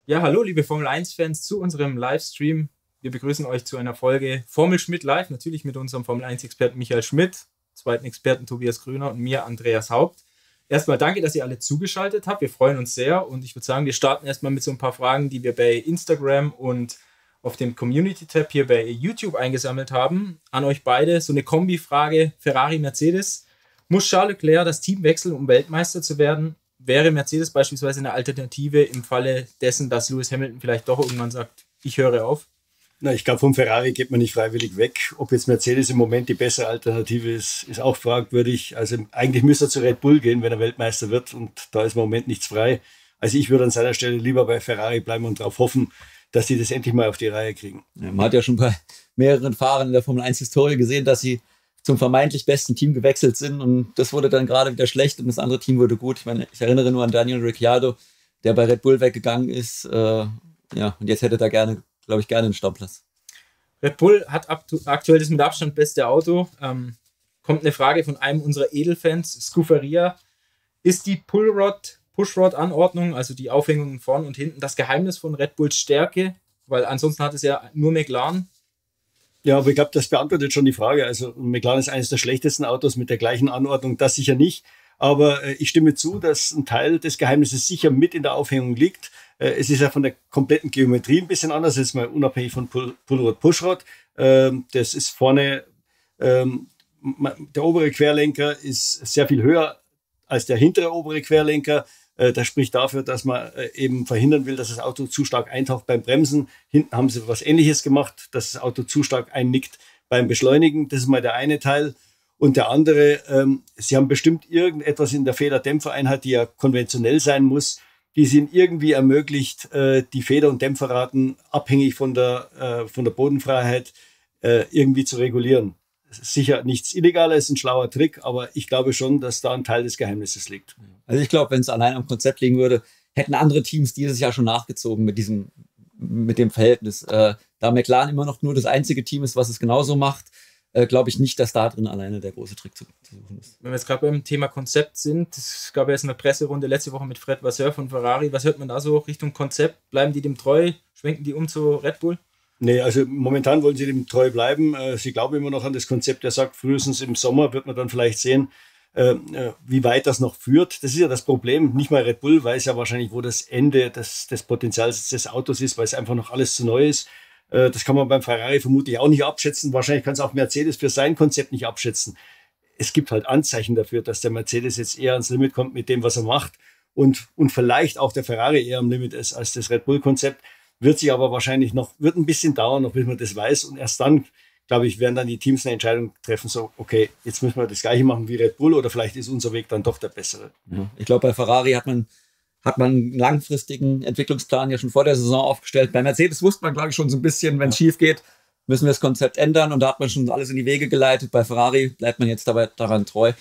Ja, hallo, liebe Formel 1-Fans, zu unserem Livestream. Wir begrüßen euch zu einer Folge Formel Schmidt Live, natürlich mit unserem Formel 1-Experten Michael Schmidt, zweiten Experten Tobias Grüner und mir, Andreas Haupt. Erstmal danke, dass ihr alle zugeschaltet habt. Wir freuen uns sehr und ich würde sagen, wir starten erstmal mit so ein paar Fragen, die wir bei Instagram und auf dem Community-Tab hier bei YouTube eingesammelt haben. An euch beide so eine Kombi-Frage: Ferrari-Mercedes. Muss Charles Leclerc das Team wechseln, um Weltmeister zu werden? Wäre Mercedes beispielsweise eine Alternative im Falle dessen, dass Lewis Hamilton vielleicht doch irgendwann sagt, ich höre auf? Na, ich glaube, vom Ferrari geht man nicht freiwillig weg. Ob jetzt Mercedes im Moment die bessere Alternative ist, ist auch fragwürdig. Also eigentlich müsste er zu Red Bull gehen, wenn er Weltmeister wird. Und da ist im Moment nichts frei. Also ich würde an seiner Stelle lieber bei Ferrari bleiben und darauf hoffen, dass sie das endlich mal auf die Reihe kriegen. Ja, man hat ja schon bei mehreren Fahrern in der Formel 1-Historie gesehen, dass sie zum vermeintlich besten Team gewechselt sind und das wurde dann gerade wieder schlecht und das andere Team wurde gut. Ich meine, ich erinnere nur an Daniel Ricciardo, der bei Red Bull weggegangen ist. Ja, und jetzt hätte er gerne, glaube ich, gerne einen Stammplatz. Red Bull hat aktuell das mit Abstand beste Auto. Kommt eine Frage von einem unserer Edelfans, Scuferia. Ist die Pushrod-Anordnung, also die Aufhängung vorn und hinten, das Geheimnis von Red Bulls Stärke? Weil ansonsten hat es ja nur McLaren. Ja, aber ich glaube, das beantwortet schon die Frage. Also McLaren ist eines der schlechtesten Autos mit der gleichen Anordnung, das sicher nicht. Aber ich stimme zu, dass ein Teil des Geheimnisses sicher mit in der Aufhängung liegt. Es ist ja von der kompletten Geometrie ein bisschen anders, jetzt mal unabhängig von Pullrod, Pushrod. Das ist vorne, der obere Querlenker ist sehr viel höher als der hintere obere Querlenker. Das spricht dafür, dass man eben verhindern will, dass das Auto zu stark eintaucht beim Bremsen. Hinten haben sie was Ähnliches gemacht, dass das Auto zu stark einnickt beim Beschleunigen. Das ist mal der eine Teil. Und der andere, sie haben bestimmt irgendetwas in der Federdämpfereinheit, die ja konventionell sein muss, die es ihnen irgendwie ermöglicht, die Feder- und Dämpferraten abhängig von der Bodenfreiheit irgendwie zu regulieren. Sicher nichts Illegales, ein schlauer Trick, aber ich glaube schon, dass da ein Teil des Geheimnisses liegt. Also ich glaube, wenn es allein am Konzept liegen würde, hätten andere Teams dieses Jahr schon nachgezogen mit dem Verhältnis. Da McLaren immer noch nur das einzige Team ist, was es genauso macht, glaube ich nicht, dass da drin alleine der große Trick zu suchen ist. Wenn wir jetzt gerade beim Thema Konzept sind, es gab ja jetzt eine Presserunde letzte Woche mit Fred Vasseur von Ferrari. Was hört man da so Richtung Konzept? Bleiben die dem treu? Schwenken die um zu Red Bull? Nee, also momentan wollen sie dem treu bleiben. Sie glauben immer noch an das Konzept. Er sagt, frühestens im Sommer wird man dann vielleicht sehen, wie weit das noch führt. Das ist ja das Problem. Nicht mal Red Bull weiß ja wahrscheinlich, wo das Ende des Potenzials des Autos ist, weil es einfach noch alles zu neu ist. Das kann man beim Ferrari vermutlich auch nicht abschätzen. Wahrscheinlich kann es auch Mercedes für sein Konzept nicht abschätzen. Es gibt halt Anzeichen dafür, dass der Mercedes jetzt eher ans Limit kommt mit dem, was er macht. Und vielleicht auch der Ferrari eher am Limit ist als das Red Bull-Konzept. Wird sich aber wahrscheinlich wird ein bisschen dauern, noch bis man das weiß. Und erst dann, glaube ich, werden dann die Teams eine Entscheidung treffen, so, okay, jetzt müssen wir das Gleiche machen wie Red Bull oder vielleicht ist unser Weg dann doch der bessere. Ja, ich glaube, bei Ferrari hat man einen langfristigen Entwicklungsplan ja schon vor der Saison aufgestellt. Bei Mercedes wusste man, glaube ich, schon so ein bisschen, wenn es schief geht, müssen wir das Konzept ändern. Und da hat man schon alles in die Wege geleitet. Bei Ferrari bleibt man jetzt dabei daran treu.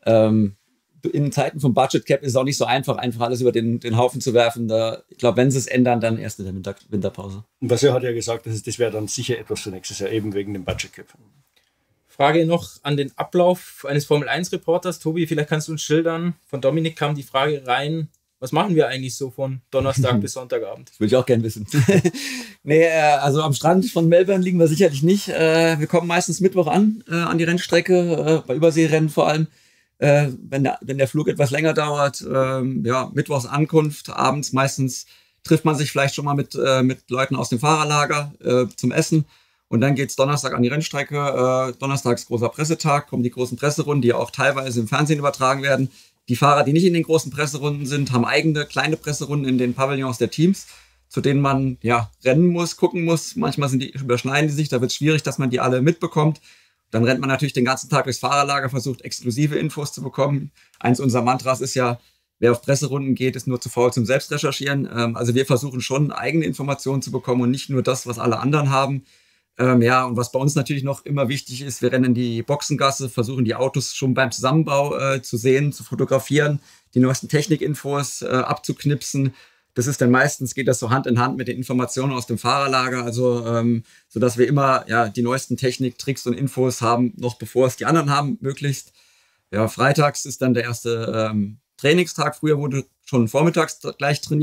In Zeiten vom Budget Cap ist es auch nicht so einfach alles über den Haufen zu werfen. Ich glaube, wenn sie es ändern, dann erst in der Winterpause. Und Vasseur hat ja gesagt, das wäre dann sicher etwas für nächstes Jahr, eben wegen dem Budget Cap. Frage noch an den Ablauf eines Formel-1-Reporters. Tobi, vielleicht kannst du uns schildern. Von Dominik kam die Frage rein, was machen wir eigentlich so von Donnerstag bis Sonntagabend? Das würde ich auch gerne wissen. Nee, also am Strand von Melbourne liegen wir sicherlich nicht. Wir kommen meistens Mittwoch an die Rennstrecke, bei Überseerennen vor allem. Wenn der Flug etwas länger dauert, Mittwochs Ankunft, abends meistens trifft man sich vielleicht schon mal mit Leuten aus dem Fahrerlager zum Essen und dann geht's Donnerstag an die Rennstrecke. Donnerstags großer Pressetag, kommen die großen Presserunden, die auch teilweise im Fernsehen übertragen werden. Die Fahrer, die nicht in den großen Presserunden sind, haben eigene kleine Presserunden in den Pavillons der Teams, zu denen man rennen muss, gucken muss. Manchmal überschneiden die sich, da wird es schwierig, dass man die alle mitbekommt. Dann rennt man natürlich den ganzen Tag durchs Fahrerlager, versucht exklusive Infos zu bekommen. Eins unserer Mantras ist ja, wer auf Presserunden geht, ist nur zu faul zum Selbstrecherchieren. Also wir versuchen schon, eigene Informationen zu bekommen und nicht nur das, was alle anderen haben. Und was bei uns natürlich noch immer wichtig ist, wir rennen in die Boxengasse, versuchen die Autos schon beim Zusammenbau zu sehen, zu fotografieren, die neuesten Technikinfos abzuknipsen. Das ist dann meistens, geht das so Hand in Hand mit den Informationen aus dem Fahrerlager, also sodass wir immer die neuesten Technik, Tricks und Infos haben, noch bevor es die anderen haben, möglichst. Ja, freitags ist dann der erste Trainingstag. Früher wurde schon vormittags gleich trainiert.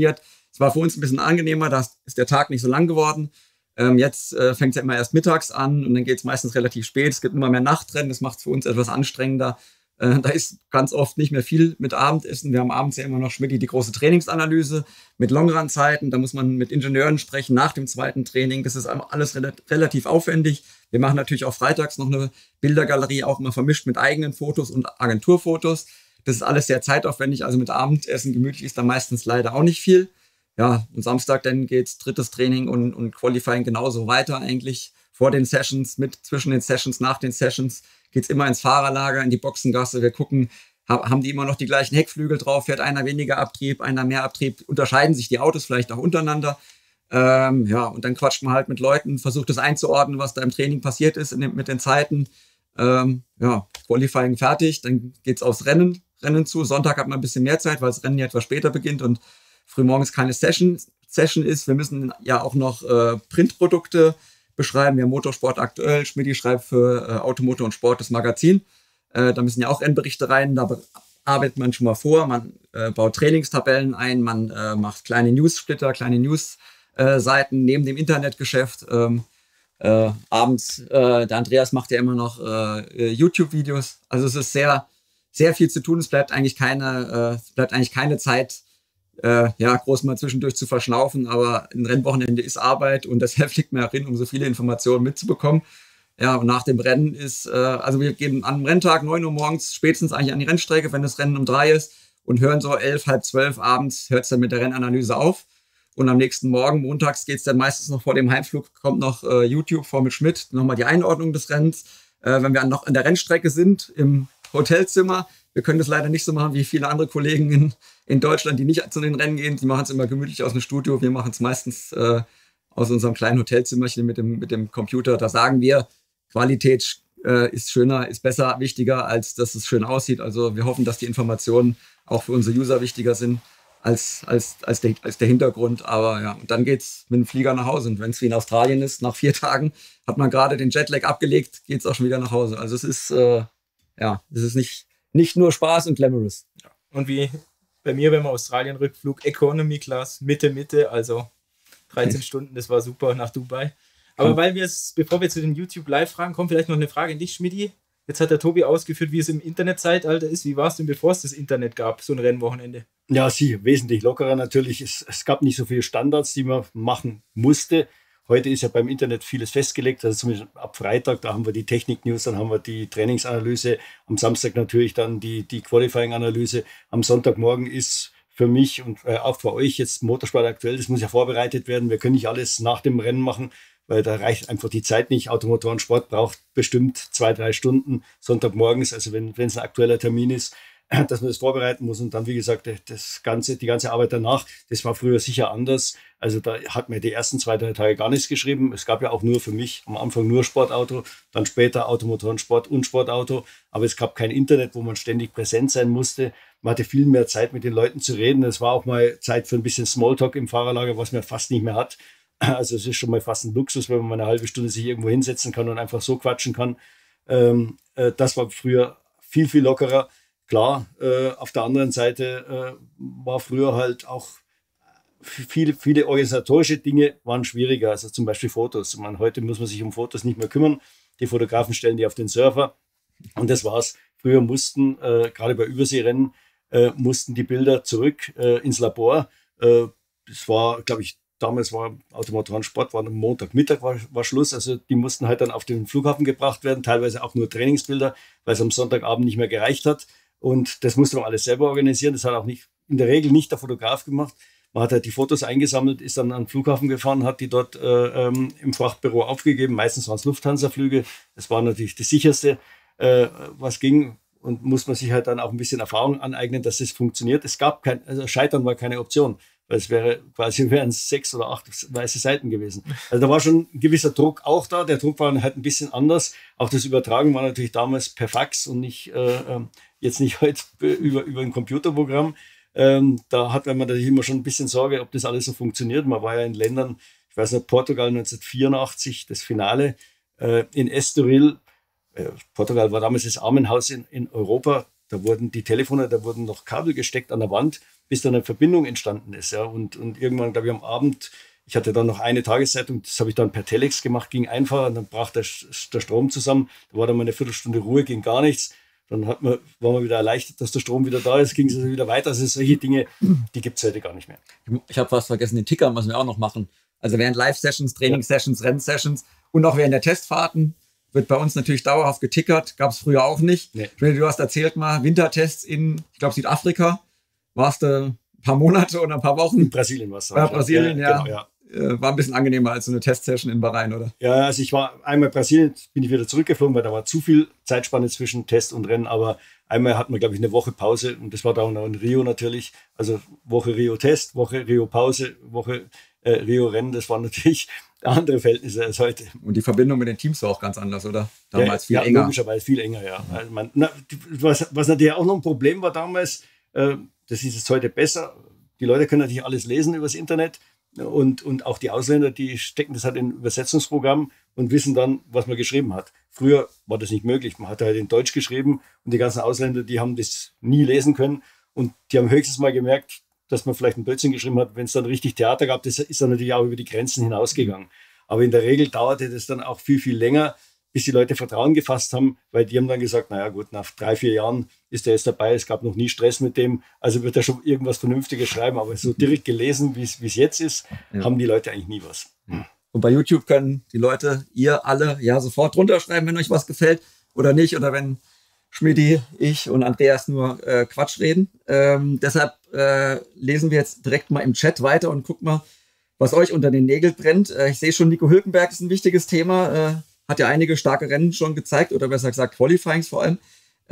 Es war für uns ein bisschen angenehmer, da ist der Tag nicht so lang geworden. Jetzt fängt es ja immer erst mittags an und dann geht es meistens relativ spät. Es gibt immer mehr Nachtrennen, das macht es für uns etwas anstrengender. Da ist ganz oft nicht mehr viel mit Abendessen. Wir haben abends ja immer noch Schmidti die große Trainingsanalyse mit Longrun-Zeiten. Da muss man mit Ingenieuren sprechen nach dem zweiten Training. Das ist alles relativ aufwendig. Wir machen natürlich auch freitags noch eine Bildergalerie, auch immer vermischt mit eigenen Fotos und Agenturfotos. Das ist alles sehr zeitaufwendig. Also mit Abendessen gemütlich ist da meistens leider auch nicht viel. Ja, und Samstag dann geht's drittes Training und Qualifying genauso weiter eigentlich. Vor den Sessions, zwischen den Sessions, nach den Sessions geht's immer ins Fahrerlager, in die Boxengasse. Wir gucken, haben die immer noch die gleichen Heckflügel drauf? Fährt einer weniger Abtrieb, einer mehr Abtrieb? Unterscheiden sich die Autos vielleicht auch untereinander? Ja, und dann quatscht man halt mit Leuten, versucht das einzuordnen, was da im Training passiert ist mit den Zeiten. Ja, Qualifying fertig, dann geht's aufs Rennen zu. Sonntag hat man ein bisschen mehr Zeit, weil das Rennen ja etwas später beginnt und frühmorgens keine Session ist. Wir müssen ja auch noch Printprodukte beschreiben. Wir haben Motorsport aktuell. Schmidti schreibt für Automotor und Sport das Magazin. Da müssen ja auch Rennberichte rein. Da arbeitet man schon mal vor. Man baut Trainingstabellen ein. Man macht kleine News-Splitter, kleine News-Seiten neben dem Internetgeschäft. Abends, der Andreas macht ja immer noch YouTube-Videos. Also es ist sehr, sehr viel zu tun. Es bleibt eigentlich keine Zeit, groß mal zwischendurch zu verschnaufen, aber ein Rennwochenende ist Arbeit und deshalb fliegt man hin, um so viele Informationen mitzubekommen. Ja, und nach dem Rennen also wir gehen am Renntag 9 Uhr morgens spätestens eigentlich an die Rennstrecke, wenn das Rennen um 3 ist und hören so 11, halb 12 abends, hört es dann mit der Rennanalyse auf. Und am nächsten Morgen, montags, geht es dann meistens noch vor dem Heimflug, kommt noch YouTube, Formel Schmidt, nochmal die Einordnung des Rennens. Wenn wir noch an der Rennstrecke sind, im Hotelzimmer, wir können das leider nicht so machen wie viele andere Kollegen in Deutschland, die nicht zu den Rennen gehen. Die machen es immer gemütlich aus dem Studio. Wir machen es meistens aus unserem kleinen Hotelzimmerchen mit dem Computer. Da sagen wir, Qualität ist schöner, ist besser, wichtiger, als dass es schön aussieht. Also wir hoffen, dass die Informationen auch für unsere User wichtiger sind als der Hintergrund. Aber ja, und dann geht's mit dem Flieger nach Hause. Und wenn es wie in Australien ist, nach 4 Tagen hat man gerade den Jetlag abgelegt, geht's auch schon wieder nach Hause. Also es ist nicht nur Spaß und Glamorous. Ja. Und wie bei mir beim Australien-Rückflug, Economy Class, Mitte, also 13 Stunden, das war super nach Dubai. Aber bevor wir zu den YouTube-Live-Fragen kommen, vielleicht noch eine Frage an dich, Schmidti. Jetzt hat der Tobi ausgeführt, wie es im Internetzeitalter ist. Wie war es denn, bevor es das Internet gab, so ein Rennwochenende? Ja, wesentlich lockerer natürlich. Es gab nicht so viele Standards, die man machen musste. Heute ist ja beim Internet vieles festgelegt, also zumindest ab Freitag, da haben wir die Technik-News, dann haben wir die Trainingsanalyse, am Samstag natürlich dann die Qualifying-Analyse. Am Sonntagmorgen ist für mich und auch für euch jetzt Motorsport aktuell, das muss ja vorbereitet werden. Wir können nicht alles nach dem Rennen machen, weil da reicht einfach die Zeit nicht. Automotor und Sport braucht bestimmt 2-3 Stunden Sonntagmorgens, also wenn es ein aktueller Termin ist, dass man das vorbereiten muss und dann, wie gesagt, die ganze Arbeit danach, das war früher sicher anders. Also da hat mir die ersten 2-3 Tage gar nichts geschrieben. Es gab ja auch nur für mich am Anfang nur Sportauto, dann später Automotor und Sport und Sportauto. Aber es gab kein Internet, wo man ständig präsent sein musste. Man hatte viel mehr Zeit, mit den Leuten zu reden. Es war auch mal Zeit für ein bisschen Smalltalk im Fahrerlager, was man fast nicht mehr hat. Also es ist schon mal fast ein Luxus, wenn man mal eine halbe Stunde sich irgendwo hinsetzen kann und einfach so quatschen kann. Das war früher viel, viel lockerer. Klar, auf der anderen Seite war früher halt auch viele organisatorische Dinge waren schwieriger, also zum Beispiel Fotos. Heute muss man sich um Fotos nicht mehr kümmern. Die Fotografen stellen die auf den Server und das war's. Früher mussten, gerade bei Überseerennen, mussten die Bilder zurück ins Labor. Das war, glaube ich, damals war Automotor und Sport, war am Montagmittag war Schluss. Also die mussten halt dann auf den Flughafen gebracht werden, teilweise auch nur Trainingsbilder, weil es am Sonntagabend nicht mehr gereicht hat. Und das musste man alles selber organisieren. Das hat auch in der Regel nicht der Fotograf gemacht. Man hat halt die Fotos eingesammelt, ist dann an den Flughafen gefahren, hat die dort im Frachtbüro aufgegeben. Meistens waren es Lufthansa-Flüge. Das war natürlich das Sicherste, was ging. Und muss man sich halt dann auch ein bisschen Erfahrung aneignen, dass das funktioniert. Also Scheitern war keine Option, weil es wären 6 oder 8 weiße Seiten gewesen. Also da war schon ein gewisser Druck auch da. Der Druck war halt ein bisschen anders. Auch das Übertragen war natürlich damals per Fax und nicht jetzt nicht heute über ein Computerprogramm. Da hat man natürlich immer schon ein bisschen Sorge, ob das alles so funktioniert. Man war ja in Ländern, ich weiß nicht, Portugal 1984, das Finale in Estoril. Portugal war damals das Armenhaus in Europa. Da wurden die Telefone, da wurden noch Kabel gesteckt an der Wand. bis dann eine Verbindung entstanden ist. Ja. Und irgendwann, glaube ich, am Abend, ich hatte dann noch eine Tageszeitung, das habe ich dann per Telex gemacht, ging einfach, und dann brach der Strom zusammen. Da war dann mal eine Viertelstunde Ruhe, ging gar nichts. Dann war man wieder erleichtert, dass der Strom wieder da ist, ging es wieder weiter. Also solche Dinge, die gibt es heute gar nicht mehr. Ich habe fast vergessen, den Ticker müssen wir auch noch machen. Also während Live-Sessions, Training-Sessions, Renn-Sessions und auch während der Testfahrten wird bei uns natürlich dauerhaft getickert. Gab es früher auch nicht. Nee. Du hast erzählt mal, Wintertests in, ich glaube, Südafrika. Warst du ein paar Monate oder ein paar Wochen? In Brasilien warst du. Brasilien, ja. Genau, ja. War ein bisschen angenehmer als so eine Testsession in Bahrain, oder? Ja, also ich war einmal in Brasilien, bin ich wieder zurückgeflogen, weil da war zu viel Zeitspanne zwischen Test und Rennen. Aber einmal hatten wir, glaube ich, eine Woche Pause und das war da auch noch in Rio natürlich. Also Woche Rio Test, Woche Rio Pause, Woche Rio Rennen. Das waren natürlich andere Verhältnisse als heute. Und die Verbindung mit den Teams war auch ganz anders, oder? Damals viel enger. Logischerweise viel enger, ja. Also was natürlich auch noch ein Problem war damals, das ist jetzt heute besser. Die Leute können natürlich alles lesen übers Internet. Und auch die Ausländer, die stecken das halt in ein Übersetzungsprogramm und wissen dann, was man geschrieben hat. Früher war das nicht möglich. Man hat halt in Deutsch geschrieben und die ganzen Ausländer, die haben das nie lesen können. Und die haben höchstens mal gemerkt, dass man vielleicht ein Blödsinn geschrieben hat. Wenn es dann richtig Theater gab, das ist dann natürlich auch über die Grenzen hinausgegangen. Aber in der Regel dauerte das dann auch viel, viel länger, bis die Leute Vertrauen gefasst haben, weil die haben dann gesagt, naja gut, nach 3-4 Jahren ist er jetzt dabei, es gab noch nie Stress mit dem, also wird er schon irgendwas Vernünftiges schreiben, aber so direkt gelesen, wie es jetzt ist, haben die Leute eigentlich nie was. Und bei YouTube können die Leute, ihr alle, ja sofort drunter schreiben, wenn euch was gefällt oder nicht, oder wenn Schmidti, ich und Andreas nur Quatsch reden. Deshalb lesen wir jetzt direkt mal im Chat weiter und gucken mal, was euch unter den Nägeln brennt. Ich sehe schon, Nico Hülkenberg ist ein wichtiges Thema, hat ja einige starke Rennen schon gezeigt, oder besser gesagt Qualifyings vor allem.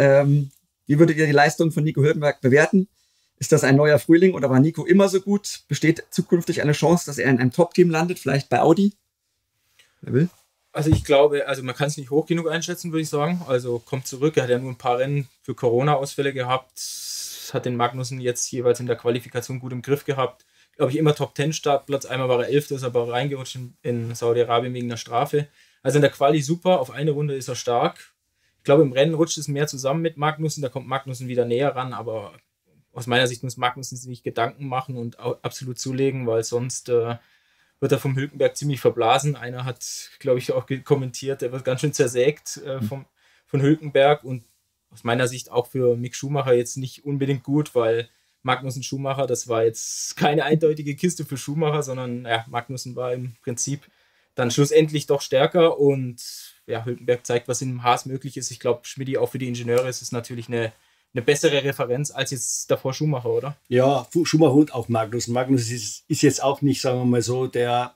Wie würdet ihr die Leistung von Nico Hülkenberg bewerten? Ist das ein neuer Frühling oder war Nico immer so gut? Besteht zukünftig eine Chance, dass er in einem Top-Team landet, vielleicht bei Audi? Wer will? Also ich glaube, man kann es nicht hoch genug einschätzen, würde ich sagen. Also kommt zurück, er hat ja nur ein paar Rennen für Corona-Ausfälle gehabt, hat den Magnussen jetzt jeweils in der Qualifikation gut im Griff gehabt. Glaube ich, immer Top-10-Startplatz. Einmal war er 11., ist aber reingerutscht in Saudi-Arabien wegen einer Strafe. Also in der Quali super, auf eine Runde ist er stark. Ich glaube, im Rennen rutscht es mehr zusammen mit Magnussen, da kommt Magnussen wieder näher ran, aber aus meiner Sicht muss Magnussen sich Gedanken machen und absolut zulegen, weil sonst wird er vom Hülkenberg ziemlich verblasen. Einer hat, glaube ich, auch kommentiert, er wird ganz schön zersägt von Hülkenberg und aus meiner Sicht auch für Mick Schumacher jetzt nicht unbedingt gut, weil Magnussen Schumacher, das war jetzt keine eindeutige Kiste für Schumacher, sondern ja, Magnussen war im Prinzip dann schlussendlich doch stärker und ja, Hülkenberg zeigt, was im Haas möglich ist. Ich glaube, Schmidti auch für die Ingenieure ist es natürlich eine bessere Referenz als jetzt davor Schumacher, oder? Ja, Schumacher und auch Magnussen. Magnussen ist jetzt auch nicht, sagen wir mal so, der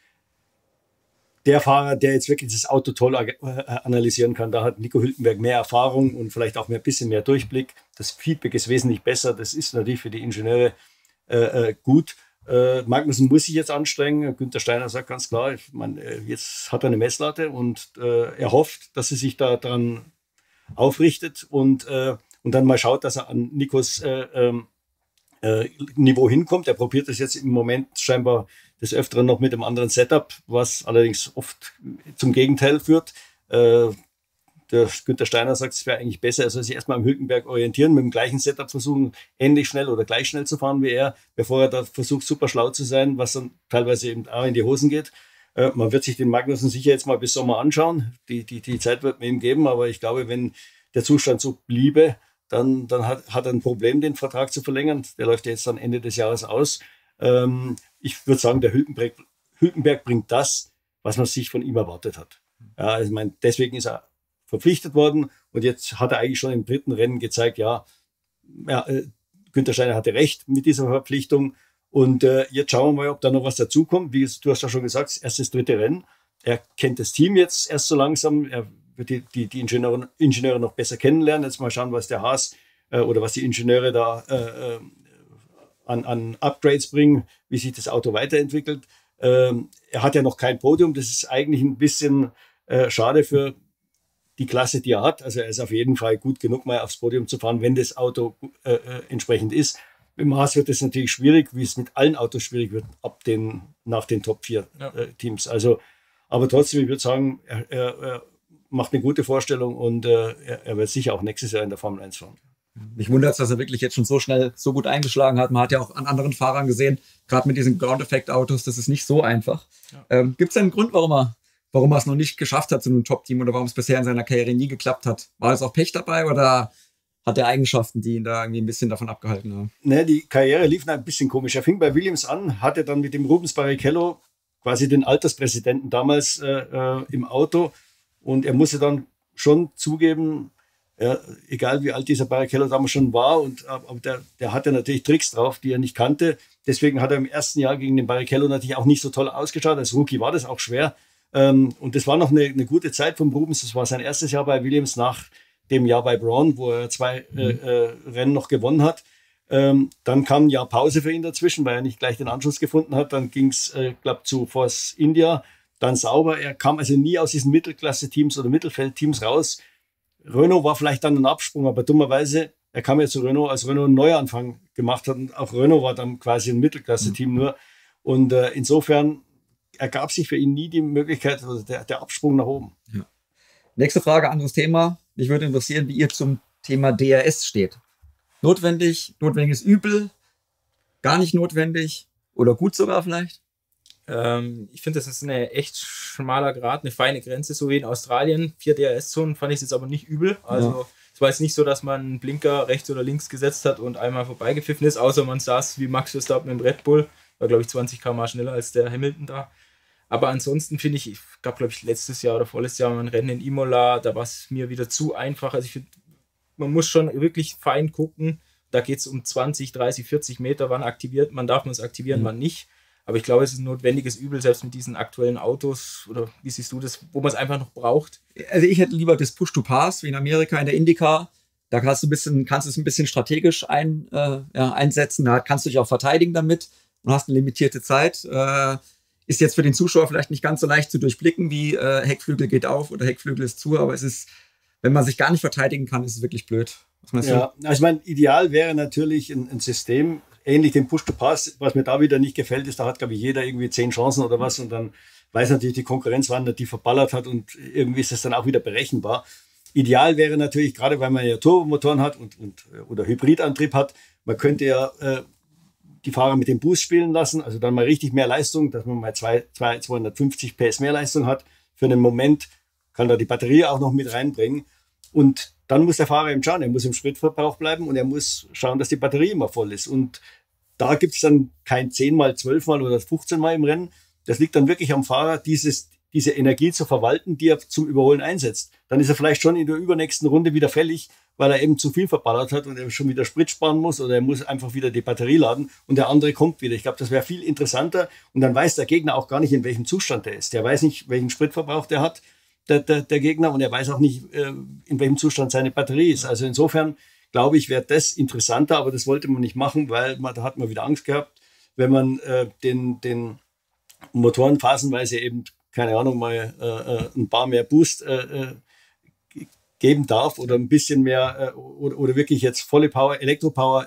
Fahrer, der jetzt wirklich das Auto toll analysieren kann. Da hat Nico Hülkenberg mehr Erfahrung und vielleicht auch ein bisschen mehr Durchblick. Das Feedback ist wesentlich besser. Das ist natürlich für die Ingenieure gut. Magnussen muss sich jetzt anstrengen. Günther Steiner sagt ganz klar, ich meine, jetzt hat er eine Messlatte und er hofft, dass er sich da dran aufrichtet und dann mal schaut, dass er an Nikos Niveau hinkommt. Er probiert das jetzt im Moment scheinbar des Öfteren noch mit einem anderen Setup, was allerdings oft zum Gegenteil führt. Der Günther Steiner sagt, es wäre eigentlich besser, er soll sich erstmal am Hülkenberg orientieren, mit dem gleichen Setup versuchen, ähnlich schnell oder gleich schnell zu fahren wie er, bevor er da versucht, super schlau zu sein, was dann teilweise eben auch in die Hosen geht. Man wird sich den Magnussen sicher jetzt mal bis Sommer anschauen. Die Zeit wird man ihm geben, aber ich glaube, wenn der Zustand so bliebe, dann hat er ein Problem, den Vertrag zu verlängern. Der läuft ja jetzt dann Ende des Jahres aus. Ich würde sagen, der Hülkenberg bringt das, was man sich von ihm erwartet hat. Ja, also ich meine, deswegen ist er verpflichtet worden und jetzt hat er eigentlich schon im 3. Rennen gezeigt, Günther Steiner hatte recht mit dieser Verpflichtung und jetzt schauen wir mal, ob da noch was dazukommt. Wie du hast ja schon gesagt, erstes 3. Rennen. Er kennt das Team jetzt erst so langsam, er wird die Ingenieure noch besser kennenlernen. Jetzt mal schauen, was der Haas oder was die Ingenieure da an Upgrades bringen, wie sich das Auto weiterentwickelt. Er hat ja noch kein Podium, das ist eigentlich ein bisschen schade für die Klasse, die er hat. Also er ist auf jeden Fall gut genug, mal aufs Podium zu fahren, wenn das Auto entsprechend ist. Im Haas wird es natürlich schwierig, wie es mit allen Autos schwierig wird, nach den Top 4 Teams. Also, aber trotzdem, ich würde sagen, er macht eine gute Vorstellung und er wird sicher auch nächstes Jahr in der Formel 1 fahren. Mich wundert es, dass er wirklich jetzt schon so schnell so gut eingeschlagen hat. Man hat ja auch an anderen Fahrern gesehen, gerade mit diesen Ground-Effect-Autos, das ist nicht so einfach. Ja. Gibt es einen Grund, warum er es noch nicht geschafft hat zu einem Top-Team oder warum es bisher in seiner Karriere nie geklappt hat? War es auch Pech dabei oder hat er Eigenschaften, die ihn da irgendwie ein bisschen davon abgehalten haben? Ne, die Karriere lief ein bisschen komisch. Er fing bei Williams an, hatte dann mit dem Rubens Barrichello quasi den Alterspräsidenten damals im Auto und er musste dann schon zugeben, ja, egal wie alt dieser Barrichello damals schon war, aber der hatte natürlich Tricks drauf, die er nicht kannte. Deswegen hat er im ersten Jahr gegen den Barrichello natürlich auch nicht so toll ausgeschaut. Als Rookie war das auch schwer. Und das war noch eine gute Zeit von Rubens. Das war sein erstes Jahr bei Williams nach dem Jahr bei Braun, wo er 2 Rennen noch gewonnen hat. Dann kam ein Jahr Pause für ihn dazwischen, weil er nicht gleich den Anschluss gefunden hat. Dann ging es, glaube zu Force India, dann sauber. Er kam also nie aus diesen Mittelklasse-Teams oder Mittelfeldteams raus. Renault war vielleicht dann ein Absprung, aber dummerweise, er kam ja zu Renault, als Renault einen Neuanfang gemacht hat. Und auch Renault war dann quasi ein Mittelklasse-Team nur. Und insofern ergab sich für ihn nie die Möglichkeit, also der Absprung nach oben. Ja. Nächste Frage, anderes Thema. Mich würde interessieren, wie ihr zum Thema DRS steht. Notwendiges Übel, gar nicht notwendig oder gut sogar vielleicht? Ich finde, das ist eine echt schmaler Grad, eine feine Grenze, so wie in Australien. 4 DRS-Zonen fand ich es jetzt aber nicht übel. Also es war jetzt nicht so, dass man einen Blinker rechts oder links gesetzt hat und einmal vorbeigepfiffen ist, außer man saß wie Max Verstappen im Red Bull. War, glaube ich, 20 km/h schneller als der Hamilton da. Aber ansonsten finde ich gab, glaube ich, letztes Jahr oder vorletztes Jahr mal ein Rennen in Imola, da war es mir wieder zu einfach. Also ich finde, man muss schon wirklich fein gucken. Da geht es um 20, 30, 40 Meter, wann aktiviert man, darf man es aktivieren, wann nicht. Aber ich glaube, es ist ein notwendiges Übel, selbst mit diesen aktuellen Autos. Oder wie siehst du das, wo man es einfach noch braucht? Also ich hätte lieber das Push-to-Pass, wie in Amerika in der IndyCar. Da kannst du es ein bisschen strategisch einsetzen. Da kannst du dich auch verteidigen damit und hast eine limitierte Zeit. Ist jetzt für den Zuschauer vielleicht nicht ganz so leicht zu durchblicken, wie Heckflügel geht auf oder Heckflügel ist zu. Aber es ist, wenn man sich gar nicht verteidigen kann, ist es wirklich blöd. Was meinst du? Ja, also ich meine, ideal wäre natürlich ein System, ähnlich dem Push-to-Pass. Was mir da wieder nicht gefällt, ist, da hat, glaube ich, jeder irgendwie 10 Chancen oder was und dann weiß natürlich die Konkurrenz, wann er die verballert hat und irgendwie ist es dann auch wieder berechenbar. Ideal wäre natürlich, gerade weil man ja Turbomotoren hat oder Hybridantrieb hat, man könnte ja die Fahrer mit dem Boost spielen lassen, also dann mal richtig mehr Leistung, dass man mal 250 PS mehr Leistung hat. Für einen Moment kann da die Batterie auch noch mit reinbringen und dann muss der Fahrer eben schauen, er muss im Spritverbrauch bleiben und er muss schauen, dass die Batterie immer voll ist. Und da gibt es dann kein 10-mal, 12-mal oder 15-mal im Rennen. Das liegt dann wirklich am Fahrer, diese Energie zu verwalten, die er zum Überholen einsetzt. Dann ist er vielleicht schon in der übernächsten Runde wieder fällig, weil er eben zu viel verballert hat und er schon wieder Sprit sparen muss oder er muss einfach wieder die Batterie laden und der andere kommt wieder. Ich glaube, das wäre viel interessanter und dann weiß der Gegner auch gar nicht, in welchem Zustand er ist. Der weiß nicht, welchen Spritverbrauch der hat. Der Gegner und er weiß auch nicht, in welchem Zustand seine Batterie ist. Also insofern glaube ich, wäre das interessanter, aber das wollte man nicht machen, weil da hat man wieder Angst gehabt, wenn man den Motoren phasenweise eben, keine Ahnung, mal ein paar mehr Boost geben darf oder ein bisschen mehr oder wirklich jetzt volle Power, Elektropower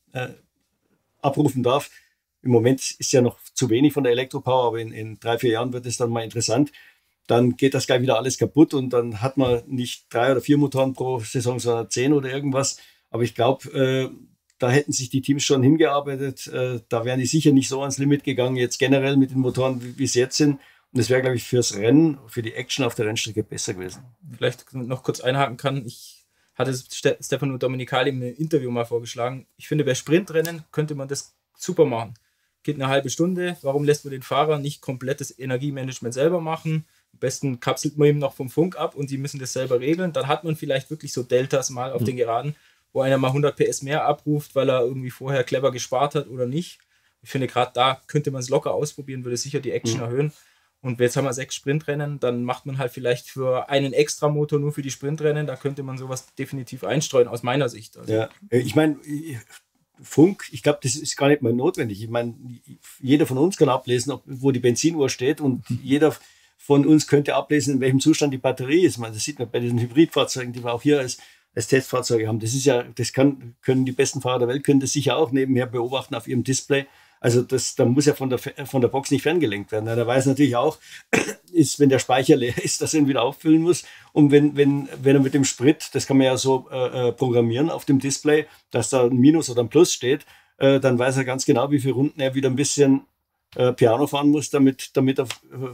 abrufen darf. Im Moment ist ja noch zu wenig von der Elektropower, aber in 3-4 Jahren wird es dann mal interessant. Dann geht das gleich wieder alles kaputt und dann hat man nicht 3 oder 4 Motoren pro Saison, sondern 10 oder irgendwas. Aber ich glaube, da hätten sich die Teams schon hingearbeitet. Da wären die sicher nicht so ans Limit gegangen, jetzt generell mit den Motoren, wie sie jetzt sind. Und das wäre, glaube ich, fürs Rennen, für die Action auf der Rennstrecke besser gewesen. Vielleicht noch kurz einhaken kann. Ich hatte Stefano Domenicali im Interview mal vorgeschlagen. Ich finde, bei Sprintrennen könnte man das super machen. Geht eine halbe Stunde. Warum lässt man den Fahrer nicht komplettes Energiemanagement selber machen? Am besten kapselt man ihm noch vom Funk ab und sie müssen das selber regeln. Dann hat man vielleicht wirklich so Deltas mal auf den Geraden, wo einer mal 100 PS mehr abruft, weil er irgendwie vorher clever gespart hat oder nicht. Ich finde, gerade da könnte man es locker ausprobieren, würde sicher die Action erhöhen. Und jetzt haben wir 6 Sprintrennen, dann macht man halt vielleicht für einen Extramotor nur für die Sprintrennen. Da könnte man sowas definitiv einstreuen, aus meiner Sicht. Also. Ja, ich meine, Funk, ich glaube, das ist gar nicht mal notwendig. Ich meine, jeder von uns kann ablesen, wo die Benzinuhr steht und jeder von uns könnte ablesen, in welchem Zustand die Batterie ist. Das sieht man bei diesen Hybridfahrzeugen, die wir auch hier als Testfahrzeuge haben. Das können die besten Fahrer der Welt können das sicher auch nebenher beobachten auf ihrem Display. Also da muss ja von der Box nicht ferngelenkt werden. Da weiß natürlich auch, ist, wenn der Speicher leer ist, dass er ihn wieder auffüllen muss. Und wenn er mit dem Sprit, das kann man ja so programmieren auf dem Display, dass da ein Minus oder ein Plus steht, dann weiß er ganz genau, wie viele Runden er wieder ein bisschen Piano fahren muss, damit er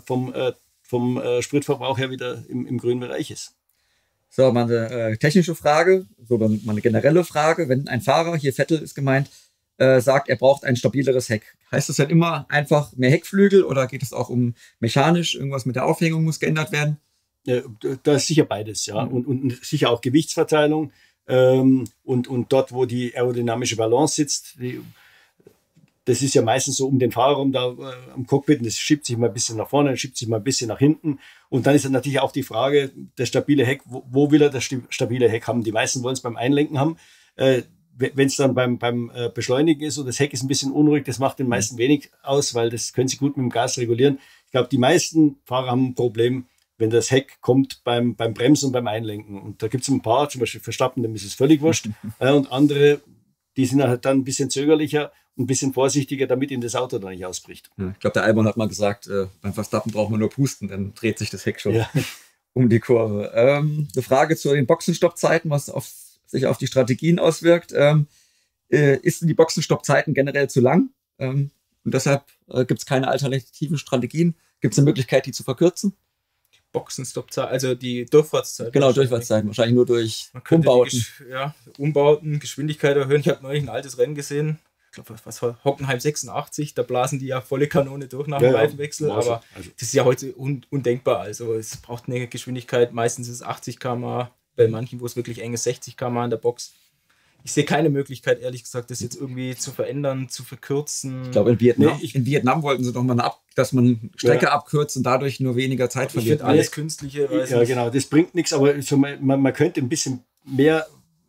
vom Spritverbrauch her wieder im grünen Bereich ist. So, mal eine technische Frage, so mal eine generelle Frage. Wenn ein Fahrer, hier Vettel ist gemeint, sagt, er braucht ein stabileres Heck. Heißt das dann immer einfach mehr Heckflügel oder geht es auch um mechanisch? Irgendwas mit der Aufhängung muss geändert werden? Da ist sicher beides, ja. Und sicher auch Gewichtsverteilung und dort, wo die aerodynamische Balance sitzt, das ist ja meistens so um den Fahrerraum da am Cockpit und das schiebt sich mal ein bisschen nach vorne, schiebt sich mal ein bisschen nach hinten. Und dann ist dann natürlich auch die Frage, das stabile Heck, wo will er das stabile Heck haben? Die meisten wollen es beim Einlenken haben. Wenn es dann beim Beschleunigen ist und das Heck ist ein bisschen unruhig, das macht den meisten wenig aus, weil das können sie gut mit dem Gas regulieren. Ich glaube, die meisten Fahrer haben ein Problem, wenn das Heck kommt beim Bremsen und beim Einlenken. Und da gibt es ein paar, zum Beispiel Verstappen, dem ist es völlig wurscht. Und andere, die sind halt dann ein bisschen zögerlicher und ein bisschen vorsichtiger, damit ihnen das Auto da nicht ausbricht. Ja, ich glaube, der Albon hat mal gesagt, beim Verstappen braucht man nur pusten, dann dreht sich das Heck schon um die Kurve. Eine Frage zu den Boxenstoppzeiten, was sich auf die Strategien auswirkt. Ist die Boxenstoppzeiten generell zu lang? Und deshalb gibt es keine alternativen Strategien. Gibt es eine Möglichkeit, die zu verkürzen? Boxenstoppzeit, also die Durchfahrtszeit. Genau, Durchfahrtszeiten, wahrscheinlich nur durch Umbauten. Umbauten, Geschwindigkeit erhöhen. Ich habe neulich ein altes Rennen gesehen. Ich glaube, was war Hockenheim 86, da blasen die ja volle Kanone durch nach dem Reifenwechsel, aber das ist ja heute undenkbar. Also es braucht eine Geschwindigkeit, meistens ist es 80 km/h, bei manchen, wo es wirklich eng ist, 60 km/h in der Box. Ich sehe keine Möglichkeit, ehrlich gesagt, das jetzt irgendwie zu verändern, zu verkürzen. Ich glaube, in Vietnam wollten sie doch mal dass man Strecke abkürzt und dadurch nur weniger Zeit verliert. Ich finde alles Künstliche. Genau, das bringt nichts, aber so man könnte ein bisschen mehr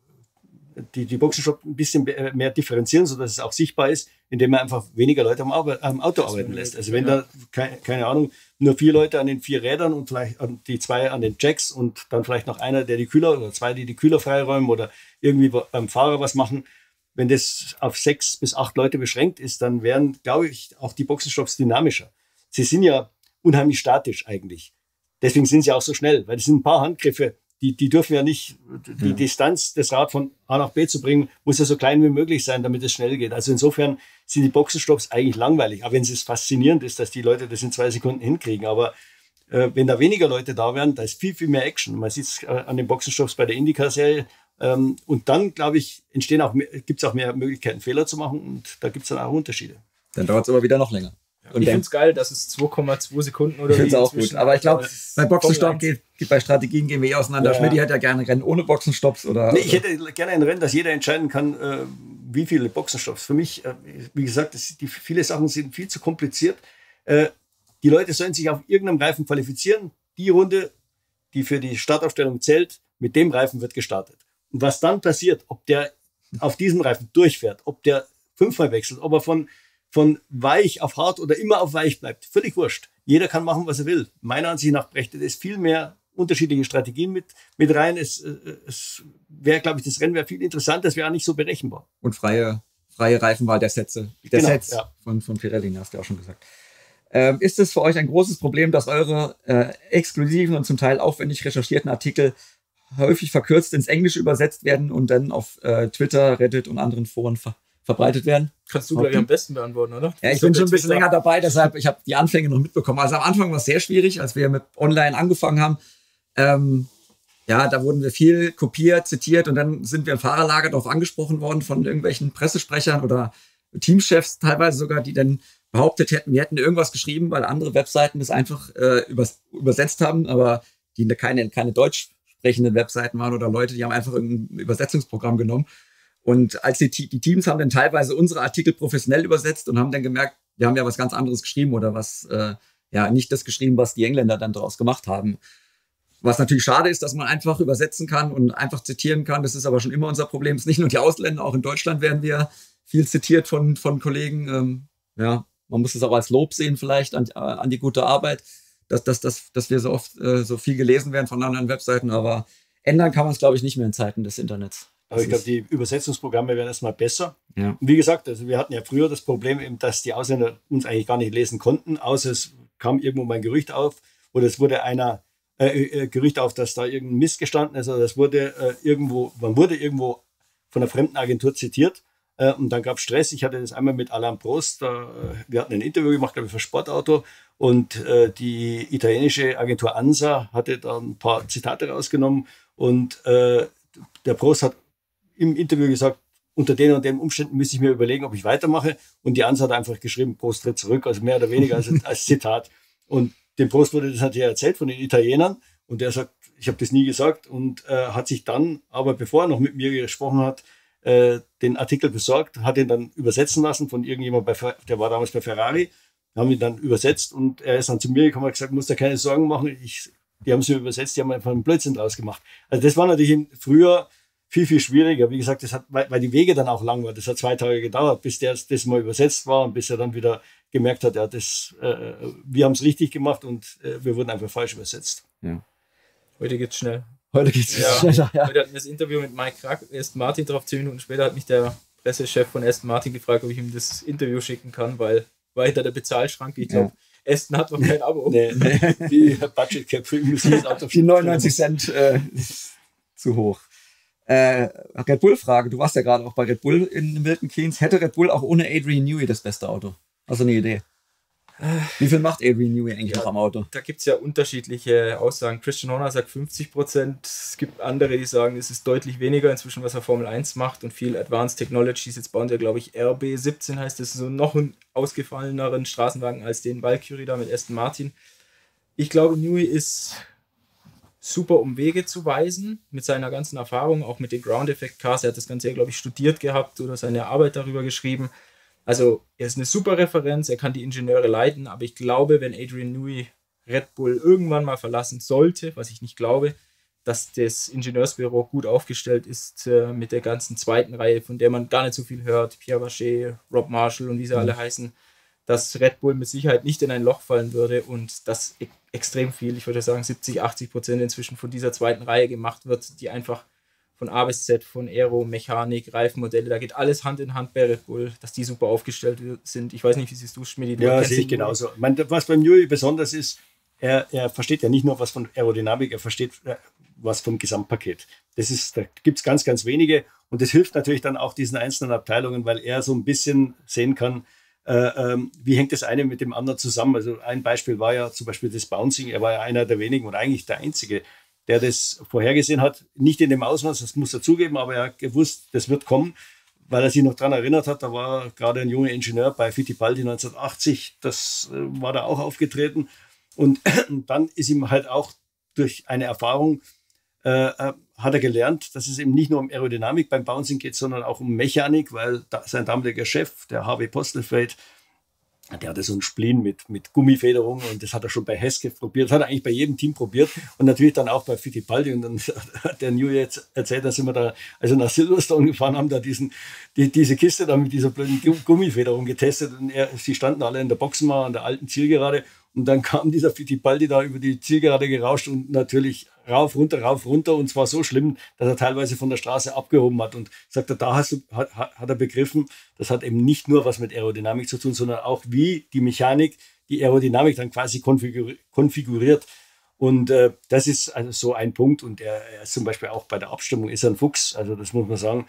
die Boxenstopp ein bisschen mehr differenzieren, sodass es auch sichtbar ist, indem man einfach weniger Leute am Auto arbeiten lässt. Also wenn da, keine Ahnung, nur 4 Leute an den 4 Rädern und vielleicht die 2 an den Jacks und dann vielleicht noch einer, der die Kühler oder 2, die Kühler freiräumen oder irgendwie beim Fahrer was machen. Wenn das auf 6 bis 8 Leute beschränkt ist, dann wären, glaube ich, auch die Boxenstopps dynamischer. Sie sind ja unheimlich statisch eigentlich. Deswegen sind sie auch so schnell, weil es sind ein paar Handgriffe, die dürfen ja nicht, die Distanz, das Rad von A nach B zu bringen, muss ja so klein wie möglich sein, damit es schnell geht. Also insofern sind die Boxenstopps eigentlich langweilig. Aber wenn es faszinierend ist, dass die Leute das in 2 Sekunden hinkriegen. Aber wenn da weniger Leute da wären, da ist viel, viel mehr Action. Man sieht es an den Boxenstopps bei der IndyCar-Serie. Und dann, glaube ich, gibt es auch mehr Möglichkeiten, Fehler zu machen. Und da gibt es dann auch Unterschiede. Dann dauert es aber wieder noch länger. Und ich finde es geil, dass es 2,2 Sekunden oder so. Ich finde es auch gut. Aber ich glaube, bei Boxenstopp bei Strategien gehen wir eh auseinander. Ja. Schmidt hätte ja gerne Rennen ohne Boxenstopps. Ich hätte gerne ein Rennen, dass jeder entscheiden kann, wie viele Boxenstopps. Für mich, wie gesagt, viele Sachen sind viel zu kompliziert. Die Leute sollen sich auf irgendeinem Reifen qualifizieren. Die Runde, die für die Startaufstellung zählt, mit dem Reifen wird gestartet. Und was dann passiert, ob der auf diesem Reifen durchfährt, ob der 5-mal wechselt, ob er von weich auf hart oder immer auf weich bleibt. Völlig wurscht. Jeder kann machen, was er will. Meiner Ansicht nach brächte das viel mehr unterschiedliche Strategien mit rein. Es wäre, glaube ich, das Rennen wäre viel interessanter, es wäre auch nicht so berechenbar. Und freie Reifenwahl der Sätze. Sets von Pirelli, hast du auch schon gesagt. Ist es für euch ein großes Problem, dass eure exklusiven und zum Teil aufwendig recherchierten Artikel häufig verkürzt ins Englische übersetzt werden und dann auf Twitter, Reddit und anderen Foren verbreitet werden? Kannst du, glaube ich, am besten beantworten, oder? Ja, ich bin schon ein bisschen länger dabei, deshalb, ich habe die Anfänge noch mitbekommen. Also am Anfang war es sehr schwierig, als wir mit Online angefangen haben. Da wurden wir viel kopiert, zitiert und dann sind wir im Fahrerlager darauf angesprochen worden von irgendwelchen Pressesprechern oder Teamchefs teilweise sogar, die dann behauptet hätten, wir hätten irgendwas geschrieben, weil andere Webseiten das einfach übersetzt haben, aber die keine deutsch sprechenden Webseiten waren oder Leute, die haben einfach irgendein Übersetzungsprogramm genommen. Und als die Teams haben dann teilweise unsere Artikel professionell übersetzt und haben dann gemerkt, wir haben ja was ganz anderes geschrieben oder was, nicht das geschrieben, was die Engländer dann daraus gemacht haben. Was natürlich schade ist, dass man einfach übersetzen kann und einfach zitieren kann. Das ist aber schon immer unser Problem. Es ist nicht nur die Ausländer, auch in Deutschland werden wir viel zitiert von Kollegen. Man muss es auch als Lob sehen vielleicht an die gute Arbeit, dass wir so oft so viel gelesen werden von anderen Webseiten. Aber ändern kann man es, glaube ich, nicht mehr in Zeiten des Internets. Aber ich glaube, die Übersetzungsprogramme werden erstmal besser. Ja. Und wie gesagt, also wir hatten ja früher das Problem, eben, dass die Ausländer uns eigentlich gar nicht lesen konnten, außer es kam irgendwo mal ein Gerücht auf oder es wurde Gerücht auf, dass da irgendein Mist gestanden ist, oder das wurde man wurde irgendwo von einer fremden Agentur zitiert. Und dann gab es Stress. Ich hatte das einmal mit Alain Prost. Wir hatten ein Interview gemacht, glaube ich, für Sportauto. Und die italienische Agentur ANSA hatte da ein paar Zitate rausgenommen. Und der Prost hat im Interview gesagt, unter den und den Umständen müsste ich mir überlegen, ob ich weitermache. Und die ANSA hat einfach geschrieben, Prost tritt zurück. Also mehr oder weniger als Zitat. Und dem Prost wurde das natürlich erzählt von den Italienern. Und der sagt, ich habe das nie gesagt. Und hat sich dann, aber bevor er noch mit mir gesprochen hat, den Artikel besorgt, hat ihn dann übersetzen lassen von irgendjemand, der war damals bei Ferrari, haben ihn dann übersetzt und er ist dann zu mir gekommen und hat gesagt, musst dir keine Sorgen machen, die haben es mir übersetzt, die haben einfach einen Blödsinn draus gemacht. Also das war natürlich früher viel, viel schwieriger. Wie gesagt, weil die Wege dann auch lang waren. Das hat 2 Tage gedauert, bis das mal übersetzt war und bis er dann wieder gemerkt hat, ja, wir haben es richtig gemacht und wir wurden einfach falsch übersetzt. Ja. Heute geht's schnell. Heute geht es schneller, ja. Heute hatten wir das Interview mit Mike Krack, Aston Martin drauf. 10 Minuten später hat mich der Pressechef von Aston Martin gefragt, ob ich ihm das Interview schicken kann, weil war hinter der Bezahlschranke. Ich glaube, Aston hat noch kein Abo. Nee. Die Budget Cap für das Auto. Die 99 Cent ist zu hoch. Red Bull-Frage. Du warst ja gerade auch bei Red Bull in Milton Keynes. Hätte Red Bull auch ohne Adrian Newey das beste Auto? Hast du eine Idee? Wie viel macht Adrian Newey eigentlich noch am Auto? Da gibt es ja unterschiedliche Aussagen. Christian Horner sagt 50%. Es gibt andere, die sagen, es ist deutlich weniger inzwischen, was er Formel 1 macht und viel Advanced Technologies. Jetzt bauen sie ja, glaube ich, RB17 heißt das, so noch einen ausgefalleneren Straßenwagen als den Valkyrie da mit Aston Martin. Ich glaube, Newey ist super, um Wege zu weisen, mit seiner ganzen Erfahrung, auch mit den Ground Effect Cars. Er hat das Ganze, glaube ich, studiert gehabt oder seine Arbeit darüber geschrieben. Also er ist eine super Referenz, er kann die Ingenieure leiten, aber ich glaube, wenn Adrian Newey Red Bull irgendwann mal verlassen sollte, was ich nicht glaube, dass das Ingenieursbüro gut aufgestellt ist mit der ganzen zweiten Reihe, von der man gar nicht so viel hört, Pierre Vacher, Rob Marshall und wie sie alle heißen, dass Red Bull mit Sicherheit nicht in ein Loch fallen würde und dass extrem viel, ich würde sagen 70-80% inzwischen von dieser zweiten Reihe gemacht wird, die einfach von A bis Z, von Aero, Mechanik, Reifenmodelle, da geht alles Hand in Hand bei Red Bull, dass die super aufgestellt sind. Ich weiß nicht, wie siehst du, Schmidt? Ja, sehe ich genauso. Ich meine, was beim Newey besonders ist, er versteht ja nicht nur was von Aerodynamik, er versteht was vom Gesamtpaket. Da gibt es ganz, ganz wenige und das hilft natürlich dann auch diesen einzelnen Abteilungen, weil er so ein bisschen sehen kann, wie hängt das eine mit dem anderen zusammen. Also ein Beispiel war ja zum Beispiel das Bouncing, er war ja einer der wenigen und eigentlich der Einzige, der das vorhergesehen hat, nicht in dem Ausmaß, das muss er zugeben, aber er hat gewusst, das wird kommen, weil er sich noch daran erinnert hat, da war gerade ein junger Ingenieur bei Fittipaldi 1980, das war da auch aufgetreten und dann ist ihm halt auch durch eine Erfahrung, hat er gelernt, dass es eben nicht nur um Aerodynamik beim Bouncing geht, sondern auch um Mechanik, weil sein damaliger Chef, der Harvey Postlethwaite, der hatte so einen Spleen mit Gummifederung und das hat er schon bei Hesketh probiert, das hat er eigentlich bei jedem Team probiert und natürlich dann auch bei Fittipaldi und dann hat der New jetzt erzählt, dass wir da, also nach Silverstone gefahren haben, da diese Kiste da mit dieser blöden Gummifederung getestet und sie standen alle in der Boxenmauer an der alten Zielgerade und dann kam dieser Fittipaldi da über die Zielgerade gerauscht und natürlich rauf, runter und zwar so schlimm, dass er teilweise von der Straße abgehoben hat und sagt er, hat er begriffen, das hat eben nicht nur was mit Aerodynamik zu tun, sondern auch wie die Mechanik die Aerodynamik dann quasi konfiguriert und das ist also so ein Punkt und er ist zum Beispiel auch bei der Abstimmung ist er ein Fuchs, also das muss man sagen.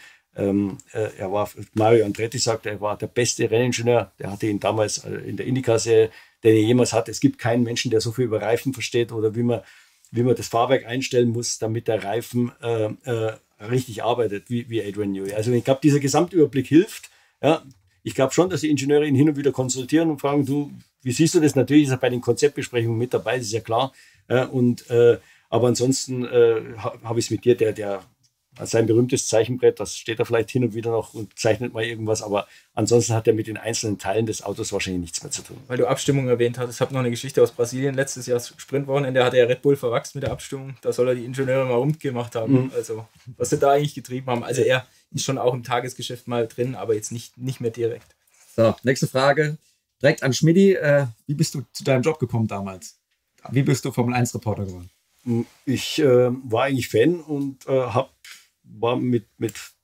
Er war, Mario Andretti sagt, er war der beste Renningenieur, der hatte ihn damals in der IndyCar-Serie, den er jemals hatte. Es gibt keinen Menschen, der so viel über Reifen versteht oder wie man das Fahrwerk einstellen muss, damit der Reifen richtig arbeitet, wie Adrian Newey. Also ich glaube, dieser Gesamtüberblick hilft. Ja. Ich glaube schon, dass die Ingenieure ihn hin und wieder konsultieren und fragen, du, wie siehst du das? Natürlich ist er bei den Konzeptbesprechungen mit dabei, das ist ja klar. Ja, aber ansonsten habe ich es mit dir, der sein berühmtes Zeichenbrett, das steht da vielleicht hin und wieder noch und zeichnet mal irgendwas, aber ansonsten hat er mit den einzelnen Teilen des Autos wahrscheinlich nichts mehr zu tun. Weil du Abstimmung erwähnt hast, ich habe noch eine Geschichte aus Brasilien, letztes Jahr Sprintwochenende hat er Red Bull verwachst mit der Abstimmung, da soll er die Ingenieure mal rumgemacht haben, also was sie da eigentlich getrieben haben, also er ist schon auch im Tagesgeschäft mal drin, aber jetzt nicht mehr direkt. So, nächste Frage, direkt an Schmidti, wie bist du zu deinem Job gekommen damals? Wie bist du Formel-1-Reporter geworden? Ich war eigentlich Fan und war mit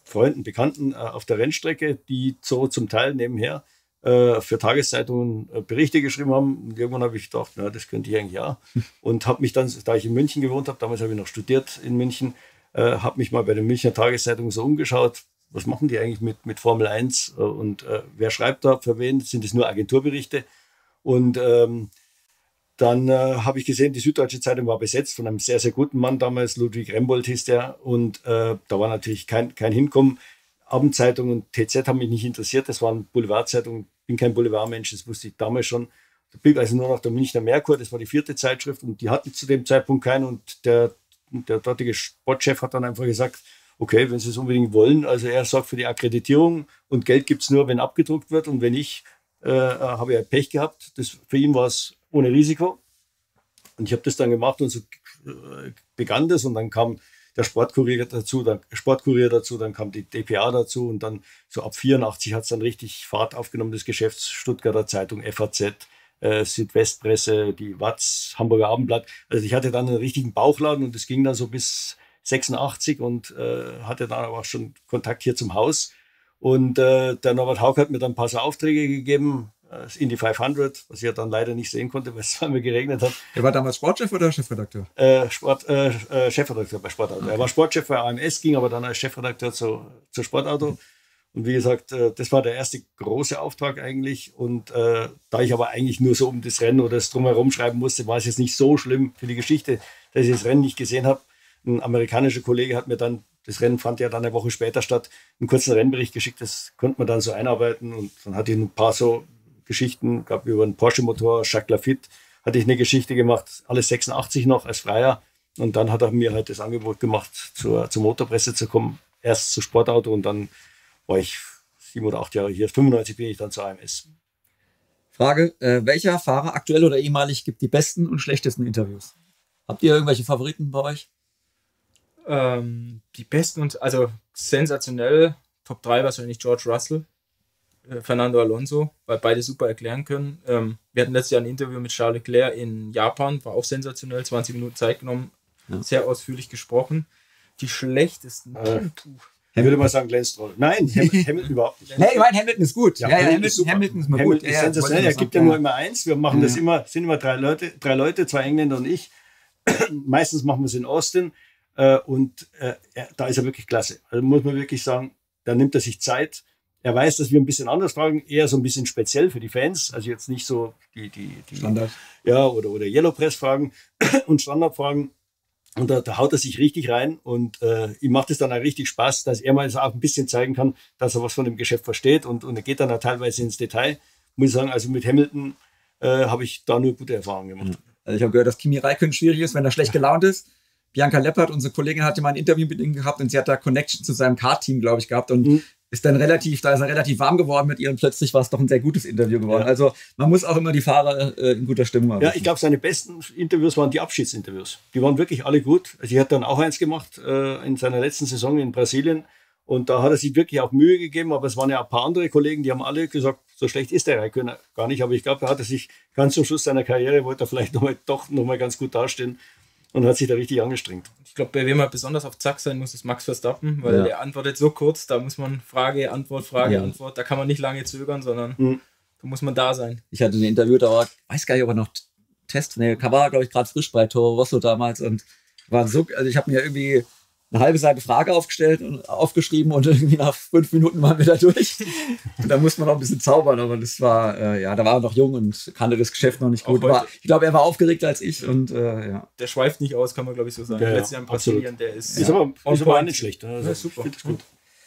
Freunden, Bekannten auf der Rennstrecke, die so zum Teil nebenher für Tageszeitungen Berichte geschrieben haben. Und irgendwann habe ich gedacht, na, das könnte ich eigentlich auch. Und habe mich dann, da ich in München gewohnt habe, damals habe ich noch studiert in München, habe mich mal bei den Münchner Tageszeitungen so umgeschaut, was machen die eigentlich mit Formel 1 und wer schreibt da für wen? Sind es nur Agenturberichte? Und dann habe ich gesehen, die Süddeutsche Zeitung war besetzt von einem sehr, sehr guten Mann damals, Ludwig Rembold hieß der. Und da war natürlich kein Hinkommen. Abendzeitung und TZ haben mich nicht interessiert. Das waren Boulevardzeitungen. Ich bin kein Boulevardmensch, das wusste ich damals schon. Da blieb also nur noch der Münchner Merkur, das war die 4. Zeitschrift und die hatten zu dem Zeitpunkt keinen. Und der dortige Sportchef hat dann einfach gesagt, okay, wenn Sie es unbedingt wollen, also er sorgt für die Akkreditierung und Geld gibt es nur, wenn abgedruckt wird. Und wenn nicht, habe ich Pech gehabt. Für ihn war es ohne Risiko. Und ich habe das dann gemacht und so begann das und dann kam der Sportkurier dazu, dann kam die dpa dazu und dann so ab 84 hat es dann richtig Fahrt aufgenommen, das Geschäft, Stuttgarter Zeitung, FAZ, Südwestpresse, die Watz, Hamburger Abendblatt. Also ich hatte dann einen richtigen Bauchladen und das ging dann so bis 86 und hatte dann aber auch schon Kontakt hier zum Haus. Und der Norbert Hauck hat mir dann ein paar so Aufträge gegeben, das Indy 500, was ich ja dann leider nicht sehen konnte, weil es zweimal geregnet hat. Er war damals Sportchef oder Chefredakteur? Chefredakteur bei Sportauto. Okay. Er war Sportchef bei AMS, ging aber dann als Chefredakteur zu Sportauto. Und wie gesagt, das war der erste große Auftrag eigentlich. Und da ich aber eigentlich nur so um das Rennen oder das Drumherum schreiben musste, war es jetzt nicht so schlimm für die Geschichte, dass ich das Rennen nicht gesehen habe. Ein amerikanischer Kollege hat mir dann, das Rennen fand ja dann eine Woche später statt, einen kurzen Rennbericht geschickt. Das konnte man dann so einarbeiten. Und dann hatte ich ein paar so Geschichten, gab über einen Porsche-Motor, Jacques Lafitte, hatte ich eine Geschichte gemacht, alles 86 noch als Freier. Und dann hat er mir halt das Angebot gemacht, zur Motorpresse zu kommen. Erst zu Sportauto und dann war ich 7 oder 8 Jahre hier. 95 bin ich dann zur AMS. Frage, welcher Fahrer, aktuell oder ehemalig, gibt die besten und schlechtesten Interviews? Habt ihr irgendwelche Favoriten bei euch? Die besten und, also sensationell, Top 3 wahrscheinlich George Russell, Fernando Alonso, weil beide super erklären können. Wir hatten letztes Jahr ein Interview mit Charles Leclerc in Japan, war auch sensationell, 20 Minuten Zeit genommen, sehr ausführlich gesprochen. Die schlechtesten. Ich würde mal sagen, Glenn Stroll. Nein, Hamilton überhaupt nicht. Nee, ich meine, Hamilton ist gut. Ja, Hamilton ist mal gut. Ist sensationell. Er gibt ja nur immer eins. Wir machen das immer, sind immer drei Leute, 2 Engländer und ich. Meistens machen wir es in Austin. Und da ist er wirklich klasse. Also muss man wirklich sagen, da nimmt er sich Zeit. Er weiß, dass wir ein bisschen anders fragen, eher so ein bisschen speziell für die Fans. Also jetzt nicht so die Standard. Ja, oder Yellow Press Fragen und Standardfragen. Und da haut er sich richtig rein und ihm macht es dann auch richtig Spaß, dass er mal auch ein bisschen zeigen kann, dass er was von dem Geschäft versteht und er geht dann auch teilweise ins Detail. Muss ich sagen, also mit Hamilton habe ich da nur gute Erfahrungen gemacht. Also ich habe gehört, dass Kimi Räikkönen schwierig ist, wenn er schlecht gelaunt ist. Bianca Leppert, unsere Kollegin, hatte mal ein Interview mit ihm gehabt und sie hat da Connection zu seinem Kart-Team, glaube ich, gehabt und ist dann relativ warm geworden mit ihr und plötzlich war es doch ein sehr gutes Interview geworden. Ja. Also man muss auch immer die Fahrer in guter Stimmung haben. Ja, ich glaube, seine besten Interviews waren die Abschiedsinterviews. Die waren wirklich alle gut. Also ich hatte dann auch eins gemacht in seiner letzten Saison in Brasilien und da hat er sich wirklich auch Mühe gegeben, aber es waren ja ein paar andere Kollegen, die haben alle gesagt, so schlecht ist der Räikkönen gar nicht, aber ich glaube, da hat er sich ganz zum Schluss seiner Karriere, wollte er vielleicht noch mal ganz gut dastehen. Und hat sich da richtig angestrengt. Ich glaube, bei wem man besonders auf Zack sein muss, ist Max Verstappen, weil der antwortet so kurz, da muss man Frage, Antwort, da kann man nicht lange zögern, sondern da muss man da sein. Ich hatte ein Interview, da war, weiß gar nicht, ob er noch war, glaube ich, gerade frisch bei Toro Rosso damals und war so, also ich habe mir irgendwie eine halbe Seite Frage aufgeschrieben und irgendwie nach 5 Minuten waren wir da durch. Und da musste man auch ein bisschen zaubern, aber das war, da war er noch jung und kannte das Geschäft noch nicht gut. Ich glaube, er war aufgeregter als ich und Der schweift nicht aus, kann man glaube ich so sagen. Ja, letztes Jahr in Brasilien, der ist aber auch nicht schlecht. Also, super. Ist gut.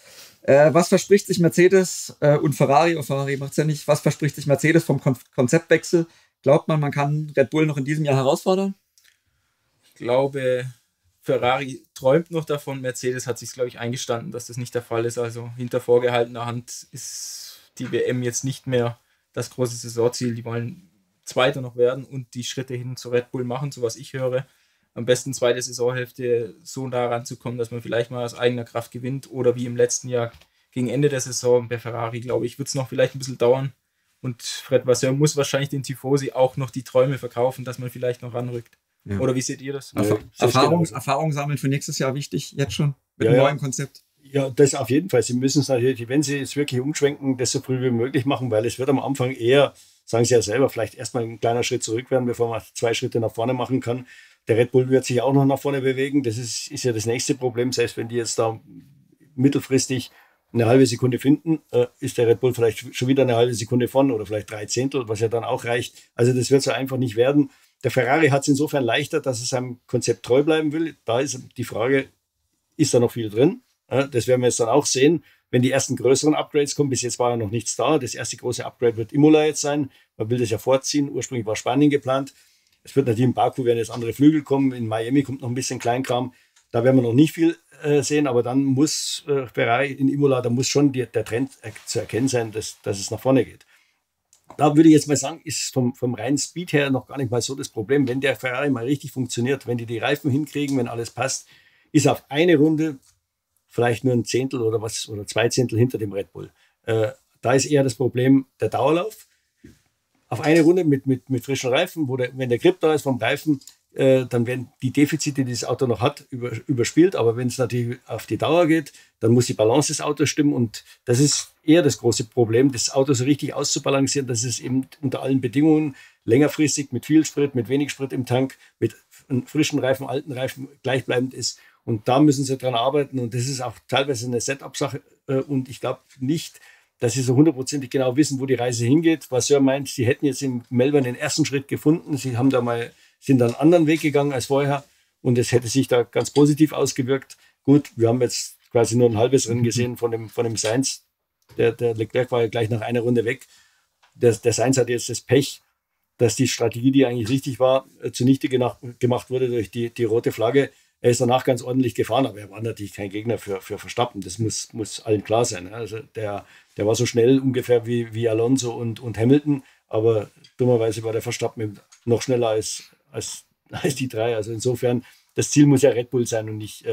Was verspricht sich Mercedes und Ferrari macht es ja nicht, was verspricht sich Mercedes vom Konzeptwechsel? Glaubt man kann Red Bull noch in diesem Jahr herausfordern? Ich glaube, Ferrari träumt noch davon. Mercedes hat sich, glaube ich, eingestanden, dass das nicht der Fall ist. Also hinter vorgehaltener Hand ist die WM jetzt nicht mehr das große Saisonziel. Die wollen Zweiter noch werden und die Schritte hin zu Red Bull machen, so was ich höre. Am besten zweite Saisonhälfte so nah ranzukommen, dass man vielleicht mal aus eigener Kraft gewinnt oder wie im letzten Jahr gegen Ende der Saison bei Ferrari, glaube ich, wird es noch vielleicht ein bisschen dauern. Und Fred Vasseur muss wahrscheinlich den Tifosi auch noch die Träume verkaufen, dass man vielleicht noch ranrückt. Ja. Oder wie seht ihr das? Erfahrung sammeln für nächstes Jahr wichtig, jetzt schon, mit einem neuen Konzept. Ja, das auf jeden Fall. Sie müssen es natürlich, wenn Sie es wirklich umschwenken, das so früh wie möglich machen, weil es wird am Anfang eher, sagen Sie ja selber, vielleicht erstmal ein kleiner Schritt zurück werden, bevor man 2 Schritte nach vorne machen kann. Der Red Bull wird sich auch noch nach vorne bewegen. Das ist ja das nächste Problem. Selbst wenn die jetzt da mittelfristig eine halbe Sekunde finden, ist der Red Bull vielleicht schon wieder eine halbe Sekunde vorne oder vielleicht 3 Zehntel, was ja dann auch reicht. Also das wird so einfach nicht werden. Der Ferrari hat es insofern leichter, dass er seinem Konzept treu bleiben will. Da ist die Frage, ist da noch viel drin? Ja, das werden wir jetzt dann auch sehen, wenn die ersten größeren Upgrades kommen. Bis jetzt war ja noch nichts da. Das erste große Upgrade wird Imola jetzt sein. Man will das ja vorziehen. Ursprünglich war Spanien geplant. Es wird natürlich in Baku werden jetzt andere Flügel kommen. In Miami kommt noch ein bisschen Kleinkram. Da werden wir noch nicht viel sehen, aber dann muss Ferrari in Imola, da muss schon der Trend zu erkennen sein, dass es nach vorne geht. Da würde ich jetzt mal sagen, ist vom reinen Speed her noch gar nicht mal so das Problem. Wenn der Ferrari mal richtig funktioniert, wenn die Reifen hinkriegen, wenn alles passt, ist auf eine Runde vielleicht nur ein Zehntel oder 2 Zehntel hinter dem Red Bull. Da ist eher das Problem der Dauerlauf. Auf eine Runde mit frischen Reifen, wenn der Grip da ist vom Reifen, dann werden die Defizite, die das Auto noch hat, überspielt. Aber wenn es natürlich auf die Dauer geht, dann muss die Balance des Autos stimmen. Und das ist eher das große Problem, das Auto so richtig auszubalancieren, dass es eben unter allen Bedingungen längerfristig mit viel Sprit, mit wenig Sprit im Tank, mit frischen Reifen, alten Reifen gleichbleibend ist. Und da müssen sie dran arbeiten. Und das ist auch teilweise eine Setup-Sache. Und ich glaube nicht, dass sie so hundertprozentig genau wissen, wo die Reise hingeht. Was Sir meint, sie hätten jetzt in Melbourne den ersten Schritt gefunden. Sie haben sind da einen anderen Weg gegangen als vorher. Und es hätte sich da ganz positiv ausgewirkt. Gut, wir haben jetzt quasi nur ein halbes Rennen gesehen von dem Sainz. Der Leclerc war ja gleich nach einer Runde weg. Der Sainz hat jetzt das Pech, dass die Strategie, die eigentlich richtig war, zunichte gemacht wurde durch die rote Flagge. Er ist danach ganz ordentlich gefahren, aber er war natürlich kein Gegner für Verstappen. Das muss allen klar sein. Also der war so schnell ungefähr wie Alonso und Hamilton, aber dummerweise war der Verstappen noch schneller als die drei. Also insofern, das Ziel muss ja Red Bull sein und nicht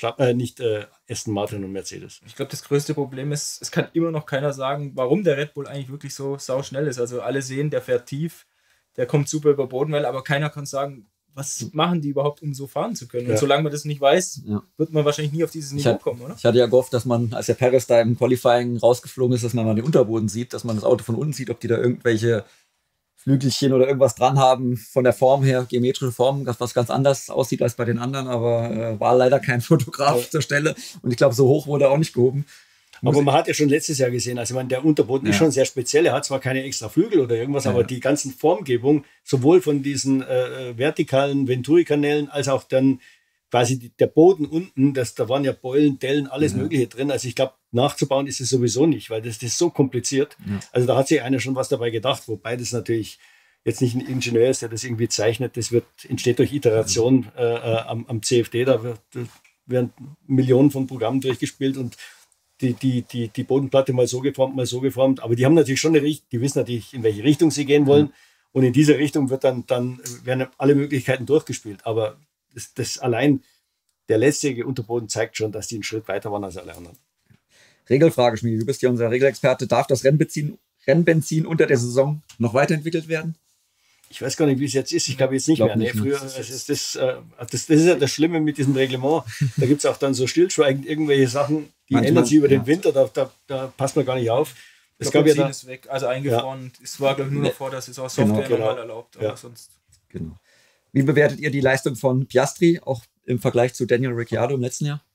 Aston Martin und Mercedes. Ich glaube, das größte Problem ist, es kann immer noch keiner sagen, warum der Red Bull eigentlich wirklich so sauschnell ist. Also alle sehen, der fährt tief, der kommt super über Bodenwelle, aber keiner kann sagen, was machen die überhaupt, um so fahren zu können? Und solange man das nicht weiß, wird man wahrscheinlich nie auf dieses Niveau kommen, oder? Ich hatte ja gehofft, dass man, als der Perez da im Qualifying rausgeflogen ist, dass man mal den Unterboden sieht, dass man das Auto von unten sieht, ob die da irgendwelche Flügelchen oder irgendwas dran haben, von der Form her, geometrische Form, was ganz anders aussieht als bei den anderen, aber war leider kein Fotograf zur Stelle und ich glaube, so hoch wurde er auch nicht gehoben. Aber man hat ja schon letztes Jahr gesehen, also ich meine, der Unterboden ist schon sehr speziell, er hat zwar keine extra Flügel oder irgendwas, aber die ganzen Formgebungen, sowohl von diesen vertikalen Venturi-Kanälen als auch dann quasi der Boden unten, da waren ja Beulen, Dellen, alles Mögliche drin. Also ich glaube, nachzubauen ist es sowieso nicht, weil das ist so kompliziert. Ja. Also da hat sich einer schon was dabei gedacht, wobei das natürlich jetzt nicht ein Ingenieur ist, der das irgendwie zeichnet. Das entsteht durch Iteration am CFD, da werden Millionen von Programmen durchgespielt und die Bodenplatte mal so geformt. Aber die haben natürlich schon die wissen natürlich, in welche Richtung sie gehen wollen. Und in diese Richtung werden alle Möglichkeiten durchgespielt. Aber das allein, der letztjährige Unterboden zeigt schon, dass die einen Schritt weiter waren als alle anderen. Regelfrage, Schmiedi, du bist ja unser Regelexperte. Darf das Rennbenzin unter der Saison noch weiterentwickelt werden? Ich weiß gar nicht, wie es jetzt ist. Ich glaube jetzt nicht mehr. Nee, früher, das ist ja das Schlimme mit diesem Reglement. Da gibt es auch dann so stillschweigend irgendwelche Sachen, die ändern sich über den Winter. Da passt man gar nicht auf. Das Benzin ist weg, also eingefroren. Es war, glaube ich, nur noch vor der Saison Software normal erlaubt. Aber sonst. Genau. Wie bewertet ihr die Leistung von Piastri, auch im Vergleich zu Daniel Ricciardo im letzten Jahr?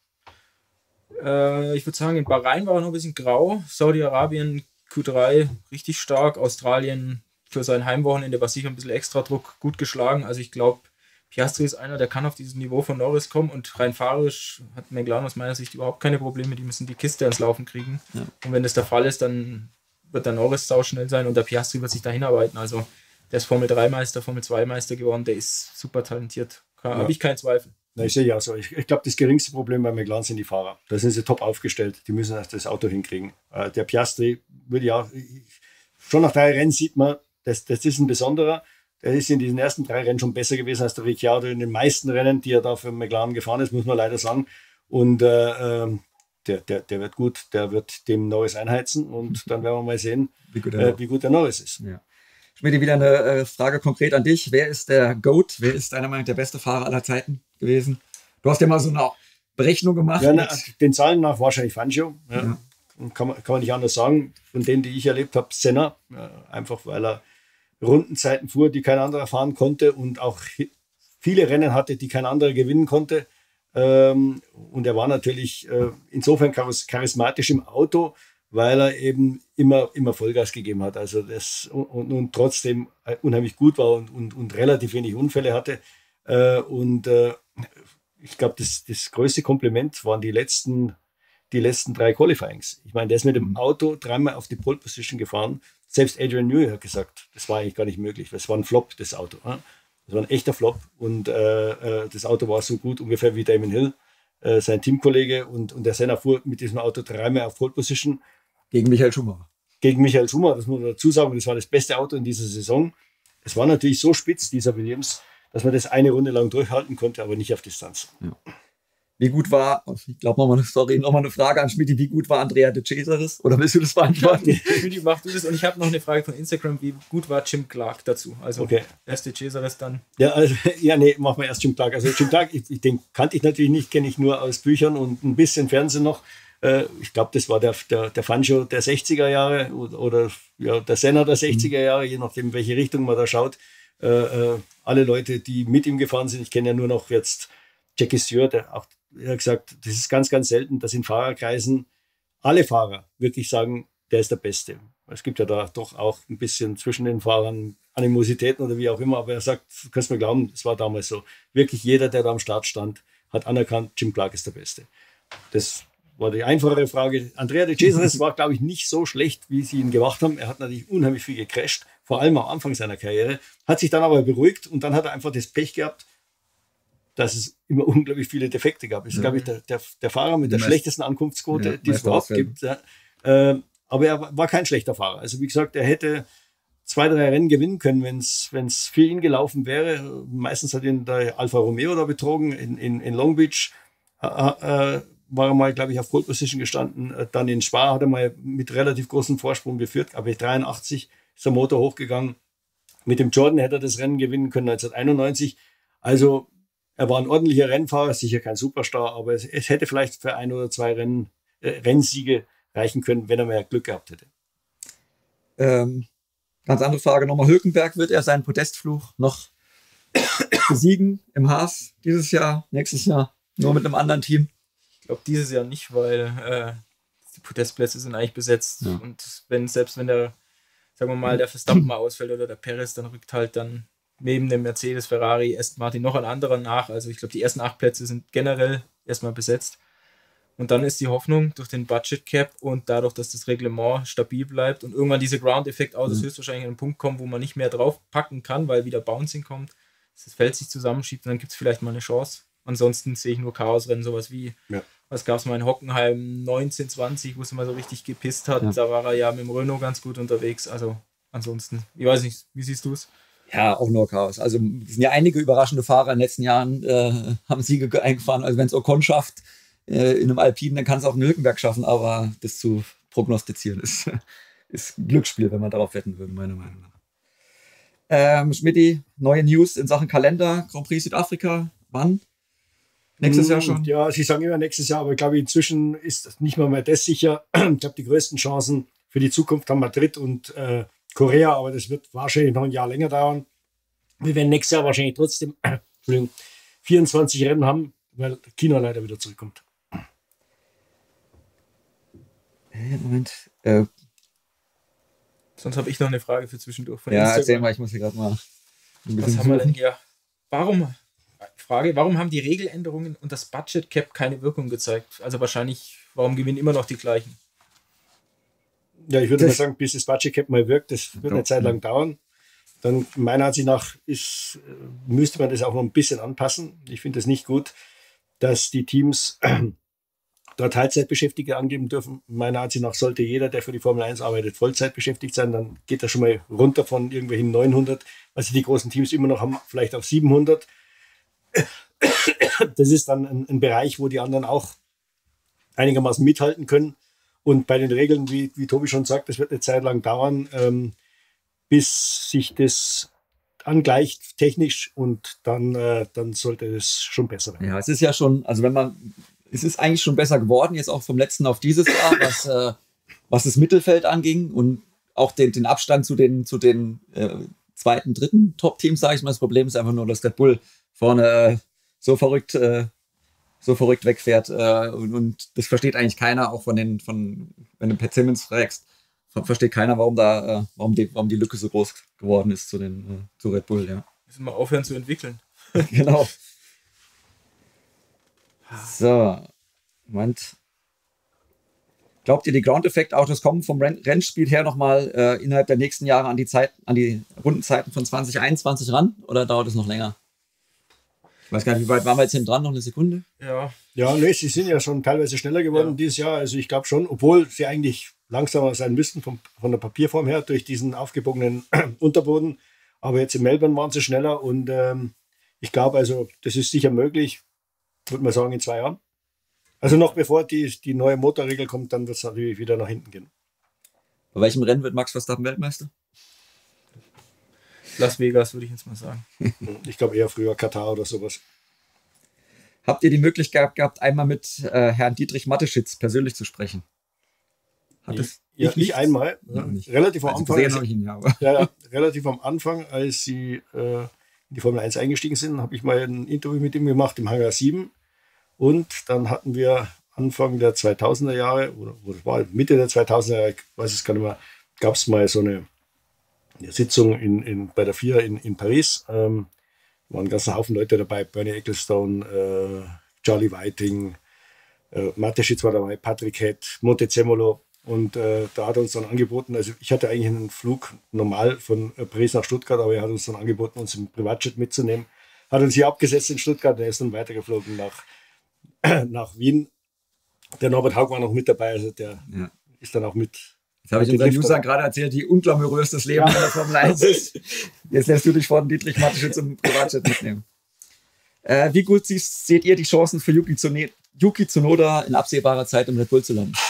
Ich würde sagen, in Bahrain war er noch ein bisschen grau. Saudi-Arabien Q3 richtig stark. Australien für sein Heimwochenende war sicher ein bisschen Extradruck gut geschlagen. Also ich glaube, Piastri ist einer, der kann auf dieses Niveau von Norris kommen und rein fahrerisch hat McLaren aus meiner Sicht überhaupt keine Probleme. Die müssen die Kiste ans Laufen kriegen. Ja. Und wenn das der Fall ist, dann wird der Norris sauschnell sein und der Piastri wird sich da hinarbeiten. Also der ist Formel-3-Meister, Formel-2-Meister geworden. Der ist super talentiert. Habe ich keinen Zweifel. Na, ich sehe ja so. Ich glaube, das geringste Problem bei McLaren sind die Fahrer. Da sind sie top aufgestellt. Die müssen das Auto hinkriegen. Der Piastri würde ja auch, schon nach 3 Rennen sieht man, das ist ein besonderer. Der ist in diesen ersten 3 Rennen schon besser gewesen als der Ricciardo in den meisten Rennen, die er da für McLaren gefahren ist, muss man leider sagen. Und der wird gut, der wird dem Norris einheizen und dann werden wir mal sehen, wie gut der Norris ist. Ja. Schmiedi, wieder eine Frage konkret an dich. Wer ist der GOAT? Wer ist deiner Meinung nach der beste Fahrer aller Zeiten gewesen? Du hast ja mal so eine Berechnung gemacht? Ja, den Zahlen nach wahrscheinlich Fangio. Ja. Kann man nicht anders sagen. Von denen, die ich erlebt habe, Senna. Einfach weil er Rundenzeiten fuhr, die kein anderer fahren konnte und auch viele Rennen hatte, die kein anderer gewinnen konnte. Und er war natürlich insofern charismatisch im Auto, weil er eben immer Vollgas gegeben hat. Also und trotzdem unheimlich gut war und relativ wenig Unfälle hatte. Ich glaube, das größte Kompliment waren die letzten 3 Qualifyings. Ich meine, der ist mit dem Auto 3-mal auf die Pole Position gefahren. Selbst Adrian Newey hat gesagt, das war eigentlich gar nicht möglich. Das war ein Flop, das Auto. Das war ein echter Flop. Und das Auto war so gut, ungefähr wie Damon Hill, sein Teamkollege. Und der Senna fuhr mit diesem Auto 3-mal auf Pole Position. Gegen Michael Schumacher. Gegen Michael Schumacher, das muss man dazu sagen. Das war das beste Auto in dieser Saison. Es war natürlich so spitz, dieser Williams, dass man das eine Runde lang durchhalten konnte, aber nicht auf Distanz. Ja. Wie gut war, ich glaube nochmal eine Frage an Schmidt, wie gut war Andrea de Cesaris? Oder willst du das beantworten? Schmidt, mach du das. Und ich habe noch eine Frage von Instagram, wie gut war Jim Clark dazu? Also erst de Cesaris dann. Machen wir erst Jim Clark. Also Jim Clark, den kannte ich natürlich nicht, kenne ich nur aus Büchern und ein bisschen Fernsehen noch. Ich glaube, das war der Fangio der 60er Jahre oder der Senna der 60er Jahre, je nachdem, in welche Richtung man da schaut. Alle Leute, die mit ihm gefahren sind, ich kenne ja nur noch jetzt Jackie Stewart, er hat gesagt, das ist ganz, ganz selten, dass in Fahrerkreisen alle Fahrer wirklich sagen, der ist der Beste. Es gibt ja da doch auch ein bisschen zwischen den Fahrern Animositäten oder wie auch immer, aber er sagt, du kannst mir glauben, es war damals so. Wirklich jeder, der da am Start stand, hat anerkannt, Jim Clark ist der Beste. Das war die einfachere Frage. Andrea de Cesaris war, glaube ich, nicht so schlecht, wie sie ihn gemacht haben. Er hat natürlich unheimlich viel gecrasht, vor allem am Anfang seiner Karriere, hat sich dann aber beruhigt und dann hat er einfach das Pech gehabt, dass es immer unglaublich viele Defekte gab. Das ist, glaube ich, der Fahrer mit der schlechtesten Ankunftsquote, die es überhaupt gibt. Ja. Aber er war kein schlechter Fahrer. Also wie gesagt, er hätte 2, 3 Rennen gewinnen können, wenn es für ihn gelaufen wäre. Meistens hat ihn der Alfa Romeo da betrogen. In Long Beach war er mal, glaube ich, auf Pole Position gestanden. Dann in Spa hat er mal mit relativ großem Vorsprung geführt. Aber 83 ist der Motor hochgegangen. Mit dem Jordan hätte er das Rennen gewinnen können 1991. Also er war ein ordentlicher Rennfahrer, sicher kein Superstar, aber es hätte vielleicht für 1 oder 2 Rennsiege reichen können, wenn er mehr Glück gehabt hätte. Ganz andere Frage nochmal. Hülkenberg, wird er seinen Podestfluch noch besiegen im Haas dieses Jahr, nächstes Jahr, nur mit einem anderen Team? Ich glaube dieses Jahr nicht, weil die Podestplätze sind eigentlich besetzt. Ja. Und selbst wenn der Verstappen mal ausfällt oder der Perez, dann rückt halt dann neben dem Mercedes, Ferrari, Aston Martin noch ein anderer nach. Also ich glaube, die ersten 8 Plätze sind generell erstmal besetzt. Und dann ist die Hoffnung durch den Budget Cap und dadurch, dass das Reglement stabil bleibt und irgendwann diese Ground-Effekt-Autos höchstwahrscheinlich an einen Punkt kommen, wo man nicht mehr drauf packen kann, weil wieder Bouncing kommt, das Feld sich zusammenschiebt und dann gibt es vielleicht mal eine Chance. Ansonsten sehe ich nur Chaosrennen, sowas wie, was gab es mal in Hockenheim 1920, wo es mal so richtig gepisst hat. Ja. Da war er ja mit dem Renault ganz gut unterwegs. Also ansonsten, ich weiß nicht, wie siehst du es? Ja, auch nur Chaos. Also es sind ja einige überraschende Fahrer in den letzten Jahren, haben Siege eingefahren. Also wenn es Ocon schafft in einem Alpinen, dann kann es auch einen Hülkenberg schaffen, aber das zu prognostizieren ist ein Glücksspiel, wenn man darauf wetten würde, meiner Meinung nach. Schmidti, neue News in Sachen Kalender, Grand Prix Südafrika, wann? Nächstes Jahr schon? Ja, sie sagen immer nächstes Jahr, aber ich glaube, inzwischen ist nicht mal mehr das sicher. Ich glaube, die größten Chancen für die Zukunft haben Madrid und Korea, aber das wird wahrscheinlich noch ein Jahr länger dauern. Wir werden nächstes Jahr wahrscheinlich trotzdem 24 Rennen haben, weil China leider wieder zurückkommt. Moment. Sonst habe ich noch eine Frage für zwischendurch. Von Instagram. Erzähl mal, ich muss hier gerade mal ein bisschen Was haben wir denn hier? Warum haben die Regeländerungen und das Budget Cap keine Wirkung gezeigt? Also wahrscheinlich, warum gewinnen immer noch die gleichen? Ja, ich würde mal sagen, bis das Budget Cap mal wirkt, das wird eine Zeit lang dauern. Dann, meiner Ansicht nach, müsste man das auch noch ein bisschen anpassen. Ich finde es nicht gut, dass die Teams dort Teilzeitbeschäftigte angeben dürfen. Meiner Ansicht nach sollte jeder, der für die Formel 1 arbeitet, Vollzeit beschäftigt sein. Dann geht das schon mal runter von irgendwelchen 900, was die großen Teams immer noch haben, vielleicht auf 700. Das ist dann ein Bereich, wo die anderen auch einigermaßen mithalten können. Und bei den Regeln, wie Tobi schon sagt, das wird eine Zeit lang dauern, bis sich das angleicht technisch und dann sollte es schon besser werden. Ja, es ist ja schon, also wenn man es ist eigentlich schon besser geworden, jetzt auch vom letzten auf dieses Jahr, was das Mittelfeld anging und auch den Abstand zu den zweiten, dritten Top-Teams, sage ich mal. Das Problem ist einfach nur, dass Red Bull vorne so verrückt wegfährt. Und das versteht eigentlich keiner, auch wenn du Pat Simmons fragst, versteht keiner, warum die Lücke so groß geworden ist zu Red Bull. Ja. Müssen wir aufhören zu entwickeln. Genau. So, Moment. Glaubt ihr, die Ground-Effect-Autos kommen vom Rennspiel her nochmal innerhalb der nächsten Jahre an die Rundenzeiten von 2021 ran? Oder dauert es noch länger? Ich weiß gar nicht, wie weit waren wir jetzt hinten dran? Noch eine Sekunde? Ja. Ja, nee, sie sind ja schon teilweise schneller geworden dieses Jahr. Also ich glaube schon, obwohl sie eigentlich langsamer sein müssten von der Papierform her durch diesen aufgebogenen Unterboden. Aber jetzt in Melbourne waren sie schneller und ich glaube, also das ist sicher möglich, würde man sagen, in 2 Jahren. Also noch bevor die neue Motorregel kommt, dann wird es natürlich wieder nach hinten gehen. Bei welchem Rennen wird Max Verstappen Weltmeister? Las Vegas, würde ich jetzt mal sagen. Ich glaube eher früher Katar oder sowas. Habt ihr die Möglichkeit gehabt, einmal mit Herrn Dietrich Mateschitz persönlich zu sprechen? Ich einmal. Ja, nicht. Relativ am Anfang. Relativ am Anfang, als sie in die Formel 1 eingestiegen sind, habe ich mal ein Interview mit ihm gemacht im Hangar 7. Und dann hatten wir Anfang der 2000er Jahre, oder war Mitte der 2000er Jahre, ich weiß es gar nicht mehr, gab es mal so eine Sitzung bei der FIA in Paris. Waren ein ganzer Haufen Leute dabei, Bernie Ecclestone, Charlie Whiting, Mateschitz war dabei, Patrick Head, Montezemolo. Und da hat er uns dann angeboten, also ich hatte eigentlich einen Flug normal von Paris nach Stuttgart, aber er hat uns dann angeboten, uns im Privatjet mitzunehmen. Hat uns hier abgesetzt in Stuttgart und er ist dann weitergeflogen nach Wien. Der Norbert Haug war noch mit dabei, also der ist dann auch mit. Jetzt habe ich unseren Usern gerade erzählt, wie unglamourös das Leben in der Formel 1 ist. Jetzt lässt du dich von Dietrich Mateschitz im Privatjet mitnehmen. Wie gut seht ihr die Chancen für Yuki Tsunoda in absehbarer Zeit im Red Bull zu landen?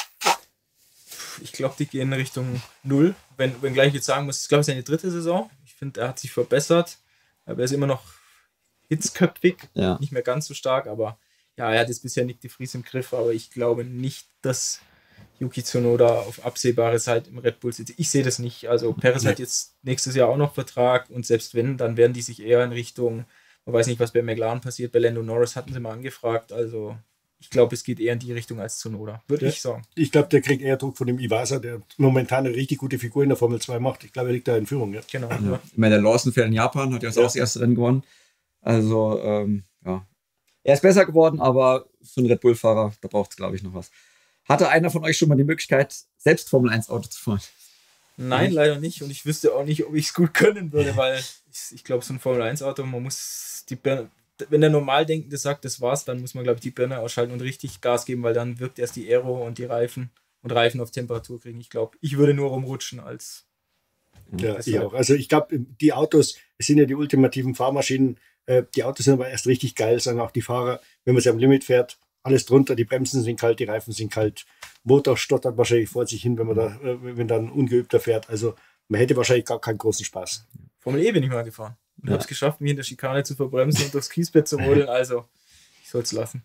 Ich glaube, die gehen in Richtung 0. Wenn gleich jetzt sagen muss, ich glaube, es ist seine 3. Saison. Ich finde, er hat sich verbessert. Aber er ist immer noch hitzköpfig. Ja. Nicht mehr ganz so stark. Aber ja, er hat jetzt bisher Nick de Vries im Griff. Aber ich glaube nicht, dass Yuki Tsunoda auf absehbare Zeit im Red Bull sitzt. Ich sehe das nicht. Also Perez hat jetzt nächstes Jahr auch noch Vertrag. Und selbst wenn, dann werden die sich eher in Richtung, man weiß nicht, was bei McLaren passiert. Bei Lando Norris hatten sie mal angefragt. Also ich glaube, es geht eher in die Richtung als Tsunoda, würde ich sagen. Ich glaube, der kriegt eher Druck von dem Iwasa, der momentan eine richtig gute Figur in der Formel 2 macht. Ich glaube, er liegt da in Führung. Ja. Genau. Ja. Ich meine, der Lawson fährt in Japan, hat ja auch das erste Rennen gewonnen. Also, ja. Er ist besser geworden, aber für einen Red Bull-Fahrer, da braucht es, glaube ich, noch was. Hatte einer von euch schon mal die Möglichkeit, selbst Formel 1 Auto zu fahren? Nein, leider nicht. Und ich wüsste auch nicht, ob ich es gut können würde, weil ich glaube, so ein Formel 1 Auto, man muss die Birne, wenn der Normaldenkende sagt, das war's, dann muss man, glaube ich, die Birne ausschalten und richtig Gas geben, weil dann wirkt erst die Aero und die Reifen auf Temperatur kriegen. Ich glaube, ich würde nur rumrutschen als. Ja, ich auch. Also ich glaube, die Autos, es sind ja die ultimativen Fahrmaschinen, die Autos sind aber erst richtig geil, sagen auch die Fahrer, wenn man sie am Limit fährt, alles drunter, die Bremsen sind kalt, die Reifen sind kalt, Motor stottert wahrscheinlich vor sich hin, wenn da ein Ungeübter fährt. Also man hätte wahrscheinlich gar keinen großen Spaß. Formel E bin ich mal gefahren. Und habe es geschafft, mich in der Schikane zu verbremsen und durchs Kiesbett zu rodeln. Also, ich soll es lassen.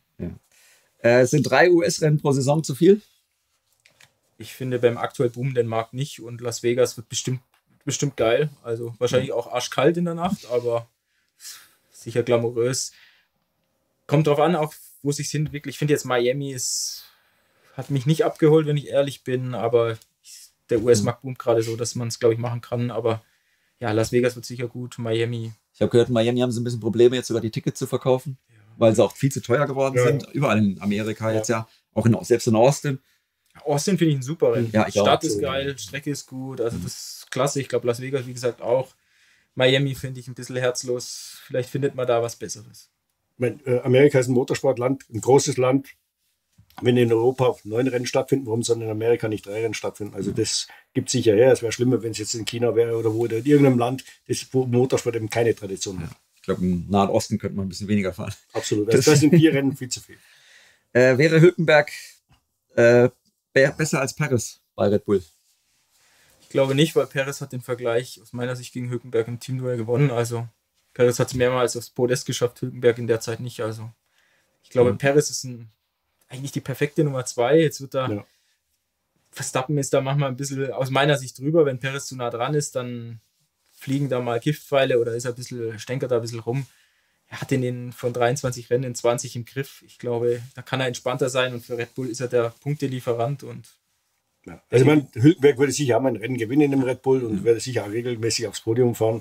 Ja. Sind 3 US-Rennen pro Saison zu viel? Ich finde beim aktuell boomenden Markt nicht. Und Las Vegas wird bestimmt geil. Also wahrscheinlich auch arschkalt in der Nacht, aber sicher glamourös. Kommt drauf an, auch wo es sich entwickelt. Ich finde jetzt Miami hat mich nicht abgeholt, wenn ich ehrlich bin. Aber der US-Markt boomt gerade so, dass man es, glaube ich, machen kann. Aber ja, Las Vegas wird sicher gut, Miami. Ich habe gehört, in Miami haben sie ein bisschen Probleme, jetzt sogar die Tickets zu verkaufen, weil sie auch viel zu teuer geworden sind. Überall in Amerika jetzt auch selbst in Austin. Austin finde ich ein super Rennen. Ja, Stadt ist geil, Strecke ist gut, also das ist klasse. Ich glaube, Las Vegas, wie gesagt, auch. Miami finde ich ein bisschen herzlos. Vielleicht findet man da was Besseres. Amerika ist ein Motorsportland, ein großes Land. Wenn in Europa 9 Rennen stattfinden, warum sollen in Amerika nicht 3 Rennen stattfinden? Also das gibt es sicher her. Es wäre schlimmer, wenn es jetzt in China wäre oder in irgendeinem Land, wo Motorsport eben keine Tradition hat. Ich glaube, im Nahen Osten könnte man ein bisschen weniger fahren. Absolut. Also das sind 4 Rennen viel zu viel. Wäre Hülkenberg besser als Perez bei Red Bull? Ich glaube nicht, weil Perez hat den Vergleich aus meiner Sicht gegen Hülkenberg im Teamduell gewonnen. Also Perez hat es mehrmals aufs Podest geschafft, Hülkenberg in der Zeit nicht. Also ich glaube, Perez ist eigentlich die perfekte Nummer 2. Jetzt wird da, Verstappen ist da manchmal ein bisschen aus meiner Sicht drüber. Wenn Perez zu nah dran ist, dann fliegen da mal Giftpfeile oder ist er ein bisschen, stänkert da ein bisschen rum. Er hat von 23 Rennen in 20 im Griff. Ich glaube, da kann er entspannter sein und für Red Bull ist er der Punktelieferant. Und ja. Also ich meine, Hülkenberg würde sicher auch mal ein Rennen gewinnen in dem Red Bull und würde sicher auch regelmäßig aufs Podium fahren.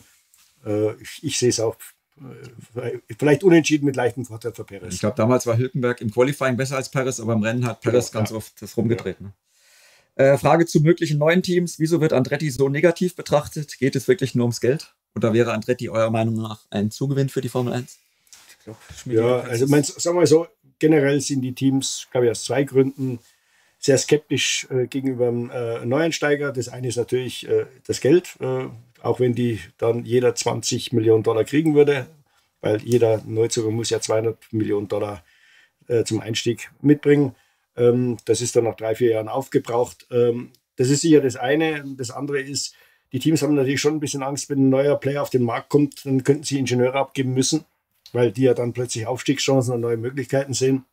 Ich sehe es auch vielleicht unentschieden mit leichtem Vorteil für Perez. Ich glaube, damals war Hülkenberg im Qualifying besser als Perez, aber im Rennen hat Perez ganz oft das rumgedreht. Ja. Ne? Frage zu möglichen neuen Teams. Wieso wird Andretti so negativ betrachtet? Geht es wirklich nur ums Geld? Oder wäre Andretti eurer Meinung nach ein Zugewinn für die Formel 1? Ich glaub, also sagen wir mal so, generell sind die Teams, glaube ich, aus 2 Gründen sehr skeptisch gegenüber einem Neueinsteiger. Das eine ist natürlich das Geld, auch wenn die dann jeder 20 Millionen Dollar kriegen würde, weil jeder Neuzugang muss ja 200 Millionen Dollar zum Einstieg mitbringen. Das ist dann nach 3-4 Jahren aufgebraucht. Das ist sicher das eine. Das andere ist, die Teams haben natürlich schon ein bisschen Angst, wenn ein neuer Player auf den Markt kommt, dann könnten sie Ingenieure abgeben müssen, weil die ja dann plötzlich Aufstiegschancen und neue Möglichkeiten sehen.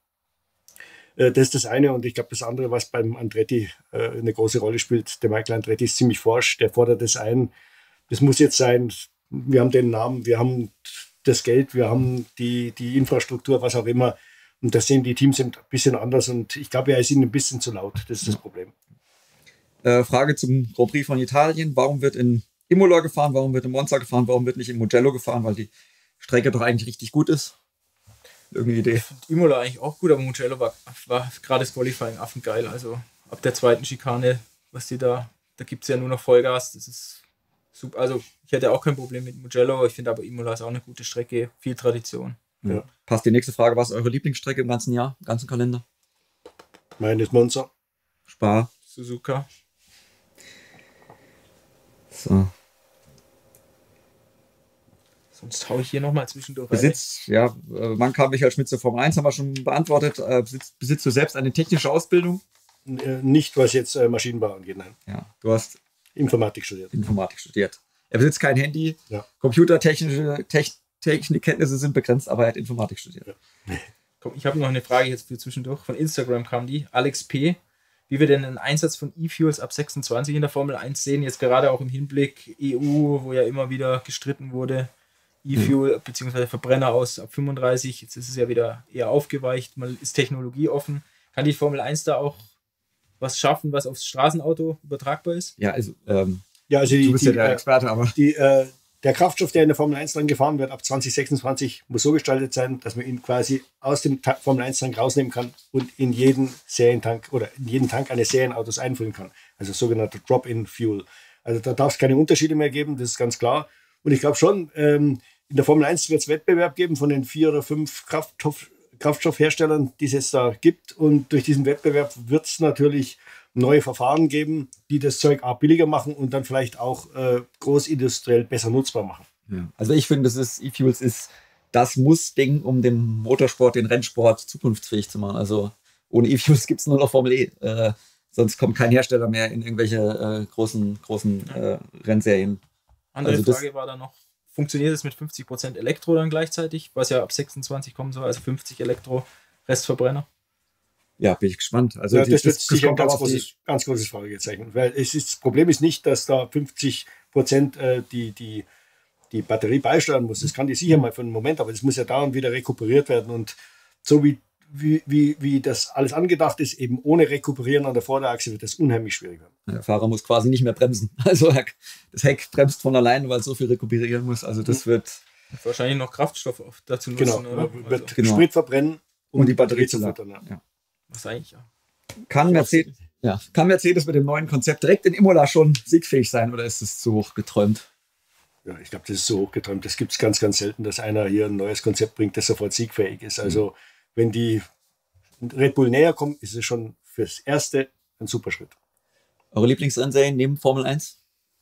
Das ist das eine. Und ich glaube, das andere, was beim Andretti eine große Rolle spielt, der Michael Andretti ist ziemlich forsch, der fordert das ein. Das muss jetzt sein, wir haben den Namen, wir haben das Geld, wir haben die Infrastruktur, was auch immer. Und das sehen die Teams ein bisschen anders. Und ich glaube, er ist ihnen ein bisschen zu laut. Das ist das Problem. Frage zum Grand Prix von Italien. Warum wird in Imola gefahren? Warum wird in Monza gefahren? Warum wird nicht in Mugello gefahren? Weil die Strecke doch eigentlich richtig gut ist. Irgendeine Idee? Ich finde Imola eigentlich auch gut, aber Mugello war gerade das Qualifying affengeil. Also ab der zweiten Schikane, was die da gibt es ja nur noch Vollgas. Das ist super. Also ich hätte auch kein Problem mit Mugello. Ich finde aber Imola ist auch eine gute Strecke. Viel Tradition. Ja. Passt die nächste Frage. Was ist eure Lieblingsstrecke im ganzen Jahr, im ganzen Kalender? Meine ist Monza. Spa. Suzuka. So. Sonst haue ich hier nochmal zwischendurch Besitz, rein. Ja, wann kam Michael Schmidt zur Formel 1, haben wir schon beantwortet. Besitzt du selbst eine technische Ausbildung? Nicht, was jetzt Maschinenbau angeht, nein. Ja, du hast Informatik studiert. Er besitzt kein Handy. Ja. Computertechnische Technikkenntnisse sind begrenzt, aber er hat Informatik studiert. Ja. Komm, ich habe noch eine Frage jetzt für zwischendurch. Von Instagram kam die. Alex P. Wie wir denn einen Einsatz von E-Fuels ab 26 in der Formel 1 sehen, jetzt gerade auch im Hinblick EU, wo ja immer wieder gestritten wurde, E-Fuel bzw. Verbrenner aus ab 35, jetzt ist es ja wieder eher aufgeweicht, man ist technologieoffen. Kann die Formel 1 da auch was schaffen, was aufs Straßenauto übertragbar ist? Ja, also, du bist ja der Experte, aber... Der Kraftstoff, der in der Formel 1 dann gefahren wird, ab 2026 muss so gestaltet sein, dass man ihn quasi aus dem Formel 1 Tank rausnehmen kann und in jeden Serientank oder in jeden Tank eines Serienautos einfüllen kann. Also sogenannter Drop-in-Fuel. Also da darf es keine Unterschiede mehr geben, das ist ganz klar. Und ich glaube schon, in der Formel 1 wird es Wettbewerb geben von den 4 oder 5 Kraftstoffherstellern, die es jetzt da gibt. Und durch diesen Wettbewerb wird es natürlich neue Verfahren geben, die das Zeug auch billiger machen und dann vielleicht auch großindustriell besser nutzbar machen. Ja. Also ich finde, E-Fuels ist das Muss-Ding, um den Motorsport, den Rennsport zukunftsfähig zu machen. Also ohne E-Fuels gibt es nur noch Formel E. Sonst kommt kein Hersteller mehr in irgendwelche großen Rennserien. Andere Frage war dann noch, funktioniert es mit 50% Elektro dann gleichzeitig, was ja ab 26 kommen soll, also 50 Elektro, Restverbrenner? Ja, bin ich gespannt. Also ja, das wird sicher ein ganz großes Fragezeichen. Weil das Problem ist nicht, dass da 50% die Batterie beisteuern muss. Das kann die sicher mal für einen Moment, aber das muss ja dauernd wieder rekuperiert werden. Und so wie das alles angedacht ist, eben ohne Rekuperieren an der Vorderachse, wird das unheimlich schwierig werden. Der Fahrer muss quasi nicht mehr bremsen. Also das Heck bremst von allein, weil es so viel rekuperieren muss. Also das wird... Wahrscheinlich noch Kraftstoff dazu nutzen. Genau, wird Sprit verbrennen und die Batterie zu füttern. Ja. Was eigentlich, ja. Kann Mercedes mit dem neuen Konzept direkt in Imola schon siegfähig sein oder ist es zu hoch geträumt? Ja, ich glaube, das ist so hoch geträumt. Das gibt es ganz, ganz selten, dass einer hier ein neues Konzept bringt, das sofort siegfähig ist. Also wenn die Red Bull näher kommen, ist es schon fürs Erste ein super Schritt. Eure Lieblingsrennserien neben Formel 1?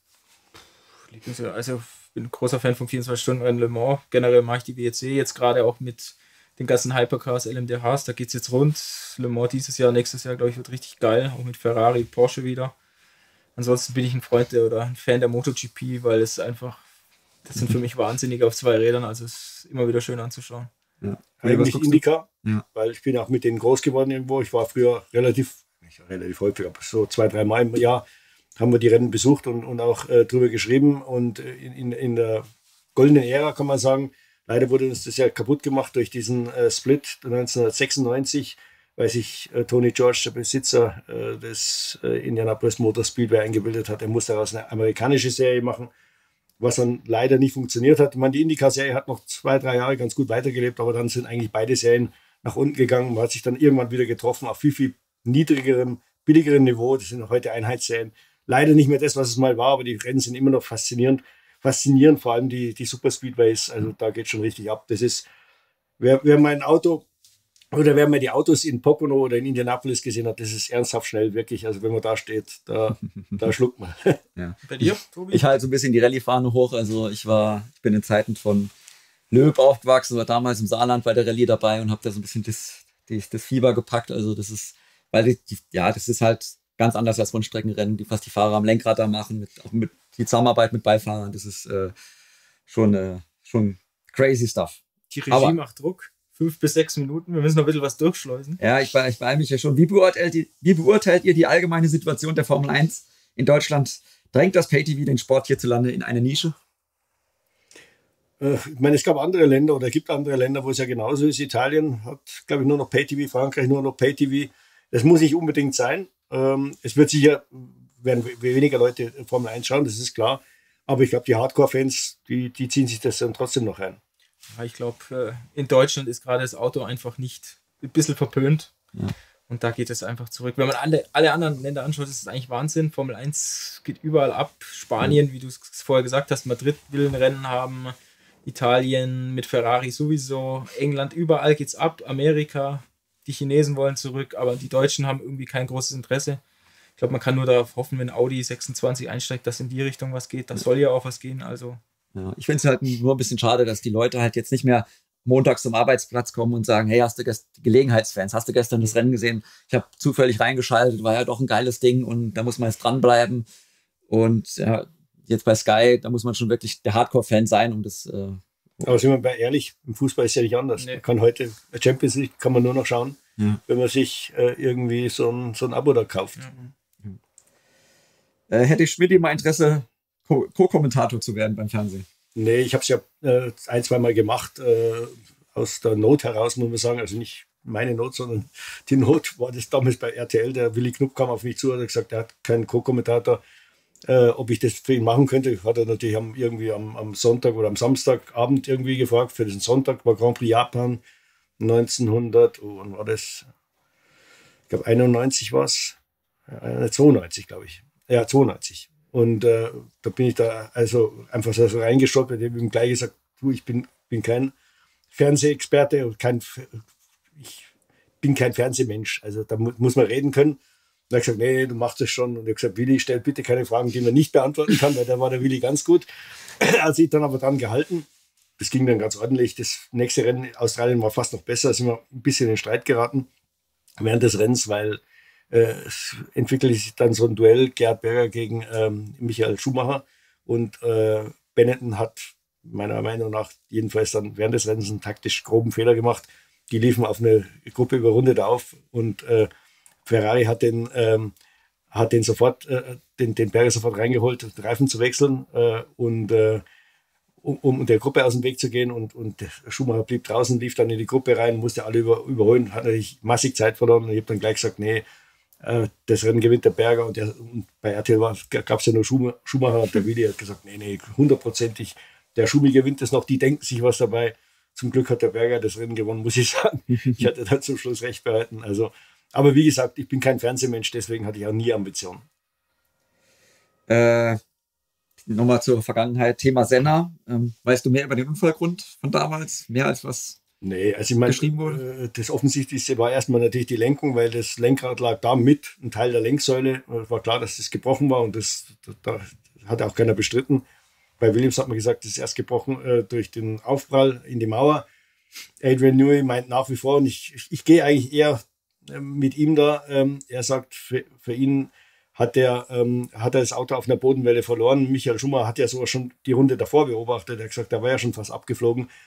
Also ich bin ein großer Fan von 24-Stunden-Rennen Le Mans. Generell mache ich die WEC jetzt gerade auch mit den ganzen Hypercars, LMDHs, da geht es jetzt rund. Le Mans dieses Jahr, nächstes Jahr, glaube ich, wird richtig geil. Auch mit Ferrari, Porsche wieder. Ansonsten bin ich ein Freund oder ein Fan der MotoGP, weil es einfach, das sind für mich Wahnsinnige auf 2 Rädern, also es ist immer wieder schön anzuschauen. Ja. Eigentlich Indica, Ja. weil ich bin auch mit denen groß geworden irgendwo. Ich war früher nicht relativ häufig, aber so 2-3 Mal im Jahr haben wir die Rennen besucht und auch drüber geschrieben. Und in der goldenen Ära kann man sagen, leider wurde uns das ja kaputt gemacht durch diesen Split 1996, weil sich Tony George, der Besitzer des Indianapolis Motor Speedway, eingebildet hat. Er musste daraus eine amerikanische Serie machen, was dann leider nicht funktioniert hat. Ich meine, die Indica-Serie hat noch 2-3 Jahre ganz gut weitergelebt, aber dann sind eigentlich beide Serien nach unten gegangen. Man hat sich dann irgendwann wieder getroffen auf viel, viel niedrigerem, billigerem Niveau. Das sind heute Einheitsserien. Leider nicht mehr das, was es mal war, aber die Rennen sind immer noch faszinierend. Faszinierend, vor allem die Super Speedways. Also da geht schon richtig ab. Das ist, wer mein Auto oder wer mir die Autos in Pocono oder in Indianapolis gesehen hat, das ist ernsthaft schnell, wirklich. Also wenn man da steht, da schluckt man. Ja. Bei dir, Tobi? Ich halte so ein bisschen die Rallye-Fahne hoch. Also ich bin in Zeiten von Loeb aufgewachsen, war damals im Saarland bei der Rallye dabei und habe da so ein bisschen das Fieber gepackt. Also das ist, weil das ist halt ganz anders als Rundstreckenrennen, was die Fahrer am Lenkrad da machen, auch mit die Zusammenarbeit mit Beifahrern. Das ist schon crazy stuff. Die Regie macht Druck. 5 bis 6 Minuten. Wir müssen noch ein bisschen was durchschleusen. Ja, ich beeile mich ja schon. Wie beurteilt ihr die allgemeine Situation der Formel 1 in Deutschland? Drängt das Pay-TV den Sport hierzulande in eine Nische? Ich meine, es gab andere Länder oder gibt andere Länder, wo es ja genauso ist. Italien hat, glaube ich, nur noch Pay-TV, Frankreich nur noch Pay-TV. Das muss nicht unbedingt sein. Es wird sicher, werden weniger Leute Formel 1 schauen, das ist klar. Aber ich glaube, die Hardcore-Fans, die ziehen sich das dann trotzdem noch rein. Ja, ich glaube, in Deutschland ist gerade das Auto einfach nicht ein bisschen verpönt. Ja. Und da geht es einfach zurück. Wenn man alle anderen Länder anschaut, ist es eigentlich Wahnsinn. Formel 1 geht überall ab. Spanien, wie du es vorher gesagt hast, Madrid will ein Rennen haben. Italien mit Ferrari sowieso. England, überall geht's ab. Amerika, die Chinesen wollen zurück. Aber die Deutschen haben irgendwie kein großes Interesse. Ich glaube, man kann nur darauf hoffen, wenn Audi 26 einsteigt, dass in die Richtung was geht. Da soll ja auch was gehen. Also ja, ich finde es halt nur ein bisschen schade, dass die Leute halt jetzt nicht mehr montags zum Arbeitsplatz kommen und sagen, hey, hast du Gelegenheitsfans, hast du gestern das Rennen gesehen? Ich habe zufällig reingeschaltet, war ja doch ein geiles Ding und da muss man jetzt dranbleiben. Und ja, jetzt bei Sky, da muss man schon wirklich der Hardcore-Fan sein, um das... Aber sind wir mal ehrlich, im Fußball ist ja nicht anders. Nee. Man kann heute, Champions League kann man nur noch schauen, wenn man sich irgendwie so ein Abo da kauft. Ja. Hätte ich Schmidt mal Interesse, Co-Kommentator zu werden beim Fernsehen? Nee, ich habe es ja 1-2 Mal gemacht, aus der Not heraus, muss man sagen. Also nicht meine Not, sondern die Not war das damals bei RTL. Der Willi Knupp kam auf mich zu und hat gesagt, er hat keinen Co-Kommentator, ob ich das für ihn machen könnte. Hat er natürlich irgendwie am Sonntag oder am Samstagabend irgendwie gefragt. Für diesen Sonntag war Grand Prix Japan 1900, wann war das? Ich glaube 91 war es. 92, glaube ich. Ja, 92. Und da bin ich da also einfach so reingestolpert. Ich habe ihm gleich gesagt, du, ich bin kein Fernsehexperte und ich bin kein Fernsehmensch. Also da muss man reden können. Und er hat gesagt, nee, du machst das schon. Und er hat gesagt, Willi, stell bitte keine Fragen, die man nicht beantworten kann, weil da war der Willi ganz gut. Er hat sich dann aber dran gehalten. Das ging dann ganz ordentlich. Das nächste Rennen in Australien war fast noch besser. Da sind wir ein bisschen in den Streit geraten während des Rennens, weil es entwickelte sich dann so ein Duell, Gerhard Berger gegen Michael Schumacher. Und Benetton hat meiner Meinung nach jedenfalls dann während des Rennens einen taktisch groben Fehler gemacht. Die liefen auf eine Gruppe überrundet auf und Ferrari hat den Berger sofort reingeholt, den Reifen zu wechseln um der Gruppe aus dem Weg zu gehen. Und der Schumacher blieb draußen, lief dann in die Gruppe rein, musste alle überholen, hat natürlich massig Zeit verloren. Und ich habe dann gleich gesagt, nee, das Rennen gewinnt der Berger. Und bei RTL gab es ja nur Schumacher und der Willi hat gesagt, nee, 100%ig, der Schumi gewinnt es noch, die denken sich was dabei. Zum Glück hat der Berger das Rennen gewonnen, muss ich sagen. Ich hatte dann zum Schluss recht behalten. Also, aber wie gesagt, ich bin kein Fernsehmensch, deswegen hatte ich auch nie Ambitionen. Nochmal zur Vergangenheit, Thema Senna. Weißt du mehr über den Unfallgrund von damals? Mehr als was also ich meine, geschrieben wurde? Das Offensichtlichste war erstmal natürlich die Lenkung, weil das Lenkrad lag da mit, ein Teil der Lenksäule. War klar, dass das gebrochen war und da hat auch keiner bestritten. Bei Williams hat man gesagt, das ist erst gebrochen durch den Aufprall in die Mauer. Adrian Newey meint nach wie vor, und ich gehe eigentlich eher mit ihm da. Er sagt, für ihn hat er das Auto auf einer Bodenwelle verloren. Michael Schumacher hat ja sogar schon die Runde davor beobachtet. Er hat gesagt, da war ja schon fast abgeflogen.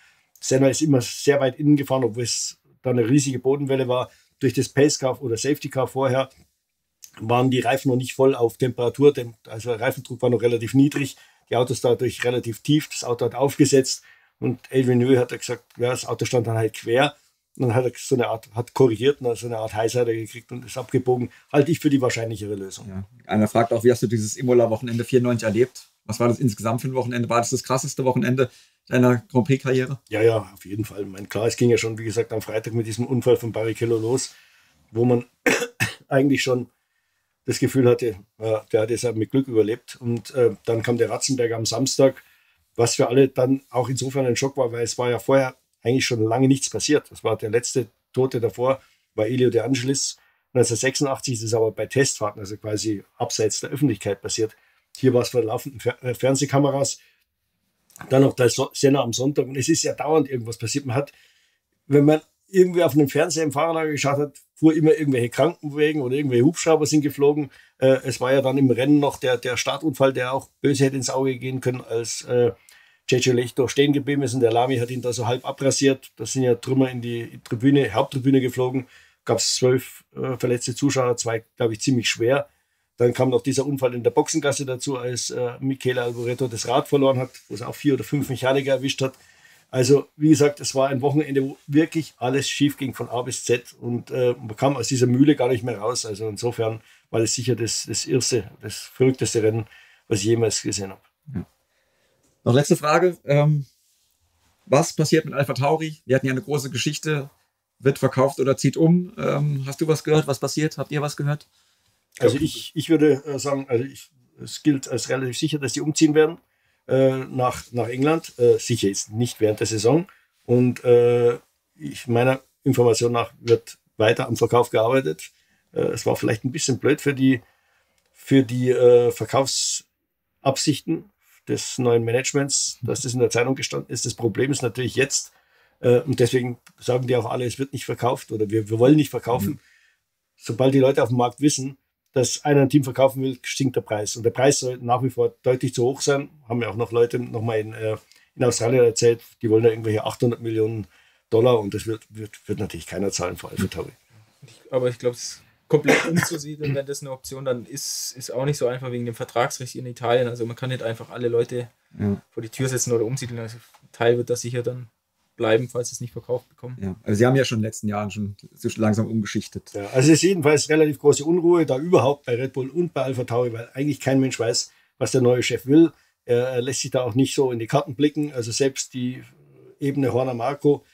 Senna ist immer sehr weit innen gefahren, obwohl es da eine riesige Bodenwelle war. Durch das Pace Car oder Safety Car vorher waren die Reifen noch nicht voll auf Temperatur, also der Reifendruck war noch relativ niedrig, die Autos dadurch relativ tief, das Auto hat aufgesetzt und Adrian Newey hat gesagt, ja, das Auto stand dann halt quer und dann hat er so eine Art, hat korrigiert und so eine Art Highsider gekriegt und ist abgebogen. Halte ich für die wahrscheinlichere Lösung. Ja. Einer fragt auch, wie hast du dieses Imola-Wochenende 94 erlebt? Was war das insgesamt für ein Wochenende? War das krasseste Wochenende deiner Grand Prix-Karriere? Ja, auf jeden Fall. Klar, es ging ja schon, wie gesagt, am Freitag mit diesem Unfall von Barrichello los, wo man eigentlich schon das Gefühl hatte, der hat es mit Glück überlebt. Und dann kam der Ratzenberger am Samstag, was für alle dann auch insofern ein Schock war, weil es war ja vorher eigentlich schon lange nichts passiert. Das war der letzte Tote davor, war Elio De Angelis. 1986 ist es aber bei Testfahrten, also quasi abseits der Öffentlichkeit passiert. Hier war es vor laufenden Fernsehkameras. Dann noch der Senna am Sonntag. Und es ist ja dauernd irgendwas passiert. Man hat, wenn man irgendwie auf einem Fernseher im Fahrerlager geschaut hat, fuhr immer irgendwelche Krankenwagen oder irgendwelche Hubschrauber sind geflogen. Es war ja dann im Rennen noch der Startunfall, der auch böse hätte ins Auge gehen können, als JJ Lechtor stehen geblieben ist und der Lamy hat ihn da so halb abrasiert. Da sind ja Trümmer in die Haupttribüne geflogen. Gab es 12 verletzte Zuschauer, 2, glaube ich, ziemlich schwer. Dann kam noch dieser Unfall in der Boxengasse dazu, als Michele Alboreto das Rad verloren hat, wo es auch 4 oder 5 Mechaniker erwischt hat. Also, wie gesagt, es war ein Wochenende, wo wirklich alles schief ging von A bis Z und man kam aus dieser Mühle gar nicht mehr raus. Also insofern war das sicher das verrückteste Rennen, was ich jemals gesehen habe. Ja. Noch letzte Frage. Was passiert mit AlphaTauri? Wir hatten ja eine große Geschichte. Wird verkauft oder zieht um? Hast du was gehört? Was passiert? Habt ihr was gehört? Also ich würde sagen, es gilt als relativ sicher, dass die umziehen werden nach England. Sicher ist nicht während der Saison. Und meiner Information nach wird weiter am Verkauf gearbeitet. Es war vielleicht ein bisschen blöd für die Verkaufsabsichten des neuen Managements, dass das in der Zeitung gestanden ist. Das Problem ist natürlich jetzt, und deswegen sagen die auch alle, es wird nicht verkauft oder wir wollen nicht verkaufen. Sobald die Leute auf dem Markt wissen, dass einer ein Team verkaufen will, stinkt der Preis. Und der Preis soll nach wie vor deutlich zu hoch sein. Haben ja auch noch Leute nochmal in Australien erzählt, die wollen da irgendwelche 800 Millionen Dollar und das wird natürlich keiner zahlen vor AlphaTauri. Aber ich glaube, es komplett umzusiedeln, wenn das eine Option dann ist auch nicht so einfach wegen dem Vertragsrecht in Italien. Also man kann nicht einfach alle Leute vor die Tür setzen oder umsiedeln. Also ein Teil wird das sicher dann bleiben, falls sie es nicht verkauft bekommen. Ja, also sie haben ja schon in den letzten Jahren schon langsam umgeschichtet. Ja, also es ist jedenfalls relativ große Unruhe da überhaupt bei Red Bull und bei AlphaTauri, weil eigentlich kein Mensch weiß, was der neue Chef will. Er lässt sich da auch nicht so in die Karten blicken. Also selbst die Ebene Horner Marco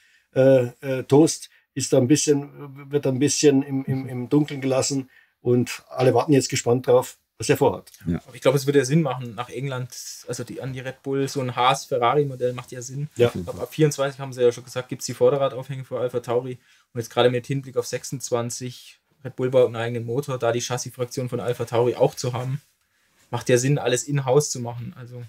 Toast wird ein bisschen im Dunkeln gelassen und alle warten jetzt gespannt drauf, was er vorhat. Ja. Aber ich glaube, es würde ja Sinn machen, nach England, also an die Red Bull, so ein Haas-Ferrari-Modell macht ja Sinn. Ja. Ab 24 haben sie ja schon gesagt, gibt es die Vorderradaufhänge für AlphaTauri. Und jetzt gerade mit Hinblick auf 26, Red Bull baut einen eigenen Motor, da die Chassis-Fraktion von AlphaTauri auch zu haben, macht ja Sinn, alles in-house zu machen. Also.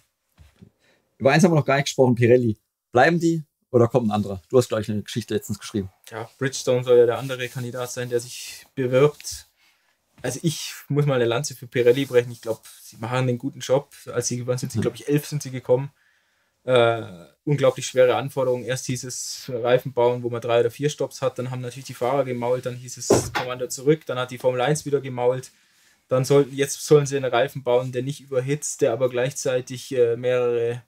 Über eins haben wir noch gar nicht gesprochen, Pirelli. Bleiben die oder kommt ein anderer? Du hast gleich eine Geschichte letztens geschrieben. Ja, Bridgestone soll ja der andere Kandidat sein, der sich bewirbt. Also ich muss mal eine Lanze für Pirelli brechen. Ich glaube, sie machen einen guten Job. Als sie gewonnen sind, glaube ich, 11 sind sie gekommen. Unglaublich schwere Anforderungen. Erst hieß es Reifen bauen, wo man 3 oder 4 Stopps hat. Dann haben natürlich die Fahrer gemault. Dann hieß es Kommando zurück. Dann hat die Formel 1 wieder gemault. Jetzt sollen sie einen Reifen bauen, der nicht überhitzt, der aber gleichzeitig der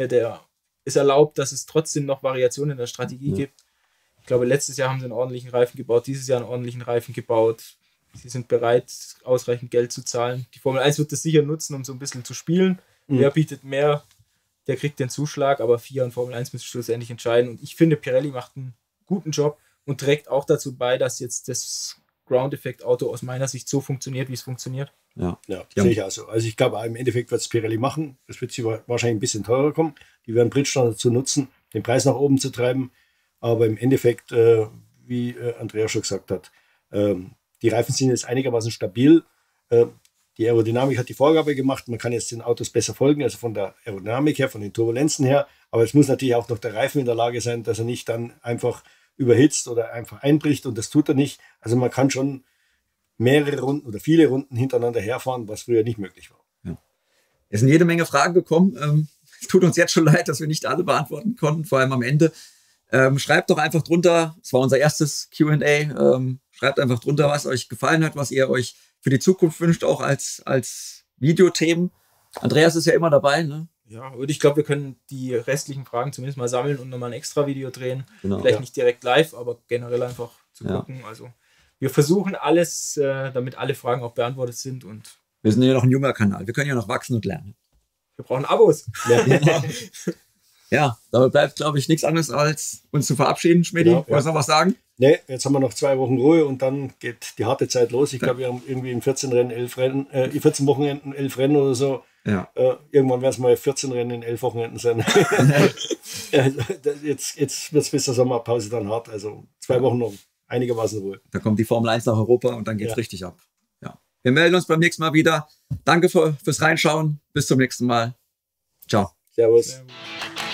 es erlaubt, dass es trotzdem noch Variationen in der Strategie gibt. Ich glaube, letztes Jahr haben sie einen ordentlichen Reifen gebaut, dieses Jahr einen ordentlichen Reifen gebaut. Sie sind bereit, ausreichend Geld zu zahlen. Die Formel 1 wird das sicher nutzen, um so ein bisschen zu spielen. Wer bietet mehr, der kriegt den Zuschlag, aber FIA und Formel 1 müssen schlussendlich entscheiden. Und ich finde, Pirelli macht einen guten Job und trägt auch dazu bei, dass jetzt das Ground-Effekt-Auto aus meiner Sicht so funktioniert, wie es funktioniert. Ja, sehe ich auch so. Also ich glaube, im Endeffekt wird es Pirelli machen. Es wird sie wahrscheinlich ein bisschen teurer kommen. Die werden Bridgestone dazu nutzen, den Preis nach oben zu treiben. Aber im Endeffekt, wie Andrea schon gesagt hat, die Reifen sind jetzt einigermaßen stabil. Die Aerodynamik hat die Vorgabe gemacht. Man kann jetzt den Autos besser folgen, also von der Aerodynamik her, von den Turbulenzen her. Aber es muss natürlich auch noch der Reifen in der Lage sein, dass er nicht dann einfach überhitzt oder einfach einbricht. Und das tut er nicht. Also man kann schon mehrere Runden oder viele Runden hintereinander herfahren, was früher nicht möglich war. Ja. Es sind jede Menge Fragen gekommen. Es tut uns jetzt schon leid, dass wir nicht alle beantworten konnten, vor allem am Ende. Schreibt doch einfach drunter, es war unser erstes Q&A, schreibt einfach drunter, was euch gefallen hat, was ihr euch für die Zukunft wünscht, auch als Videothemen. Andreas ist ja immer dabei, ne? Ja, und ich glaube, wir können die restlichen Fragen zumindest mal sammeln und nochmal ein extra Video drehen. Genau. Vielleicht nicht direkt live, aber generell einfach zu gucken. Also wir versuchen alles, damit alle Fragen auch beantwortet sind. Und wir sind ja noch ein junger Kanal. Wir können ja noch wachsen und lernen. Wir brauchen Abos. Ja, dabei bleibt, glaube ich, nichts anderes, als uns zu verabschieden. Schmidti, wolltest du noch was sagen? Nee, jetzt haben wir noch 2 Wochen Ruhe und dann geht die harte Zeit los. Ich glaube, wir haben irgendwie in 14 Wochenenden 11 Rennen oder so. Ja. Irgendwann werden es mal 14 Rennen in 11 Wochenenden sein. Jetzt wird es bis zur Sommerpause dann hart. Also 2 Wochen noch einigermaßen Ruhe. Da kommt die Formel 1 nach Europa und dann geht's richtig ab. Ja. Wir melden uns beim nächsten Mal wieder. Danke fürs Reinschauen. Bis zum nächsten Mal. Ciao. Servus. Servus.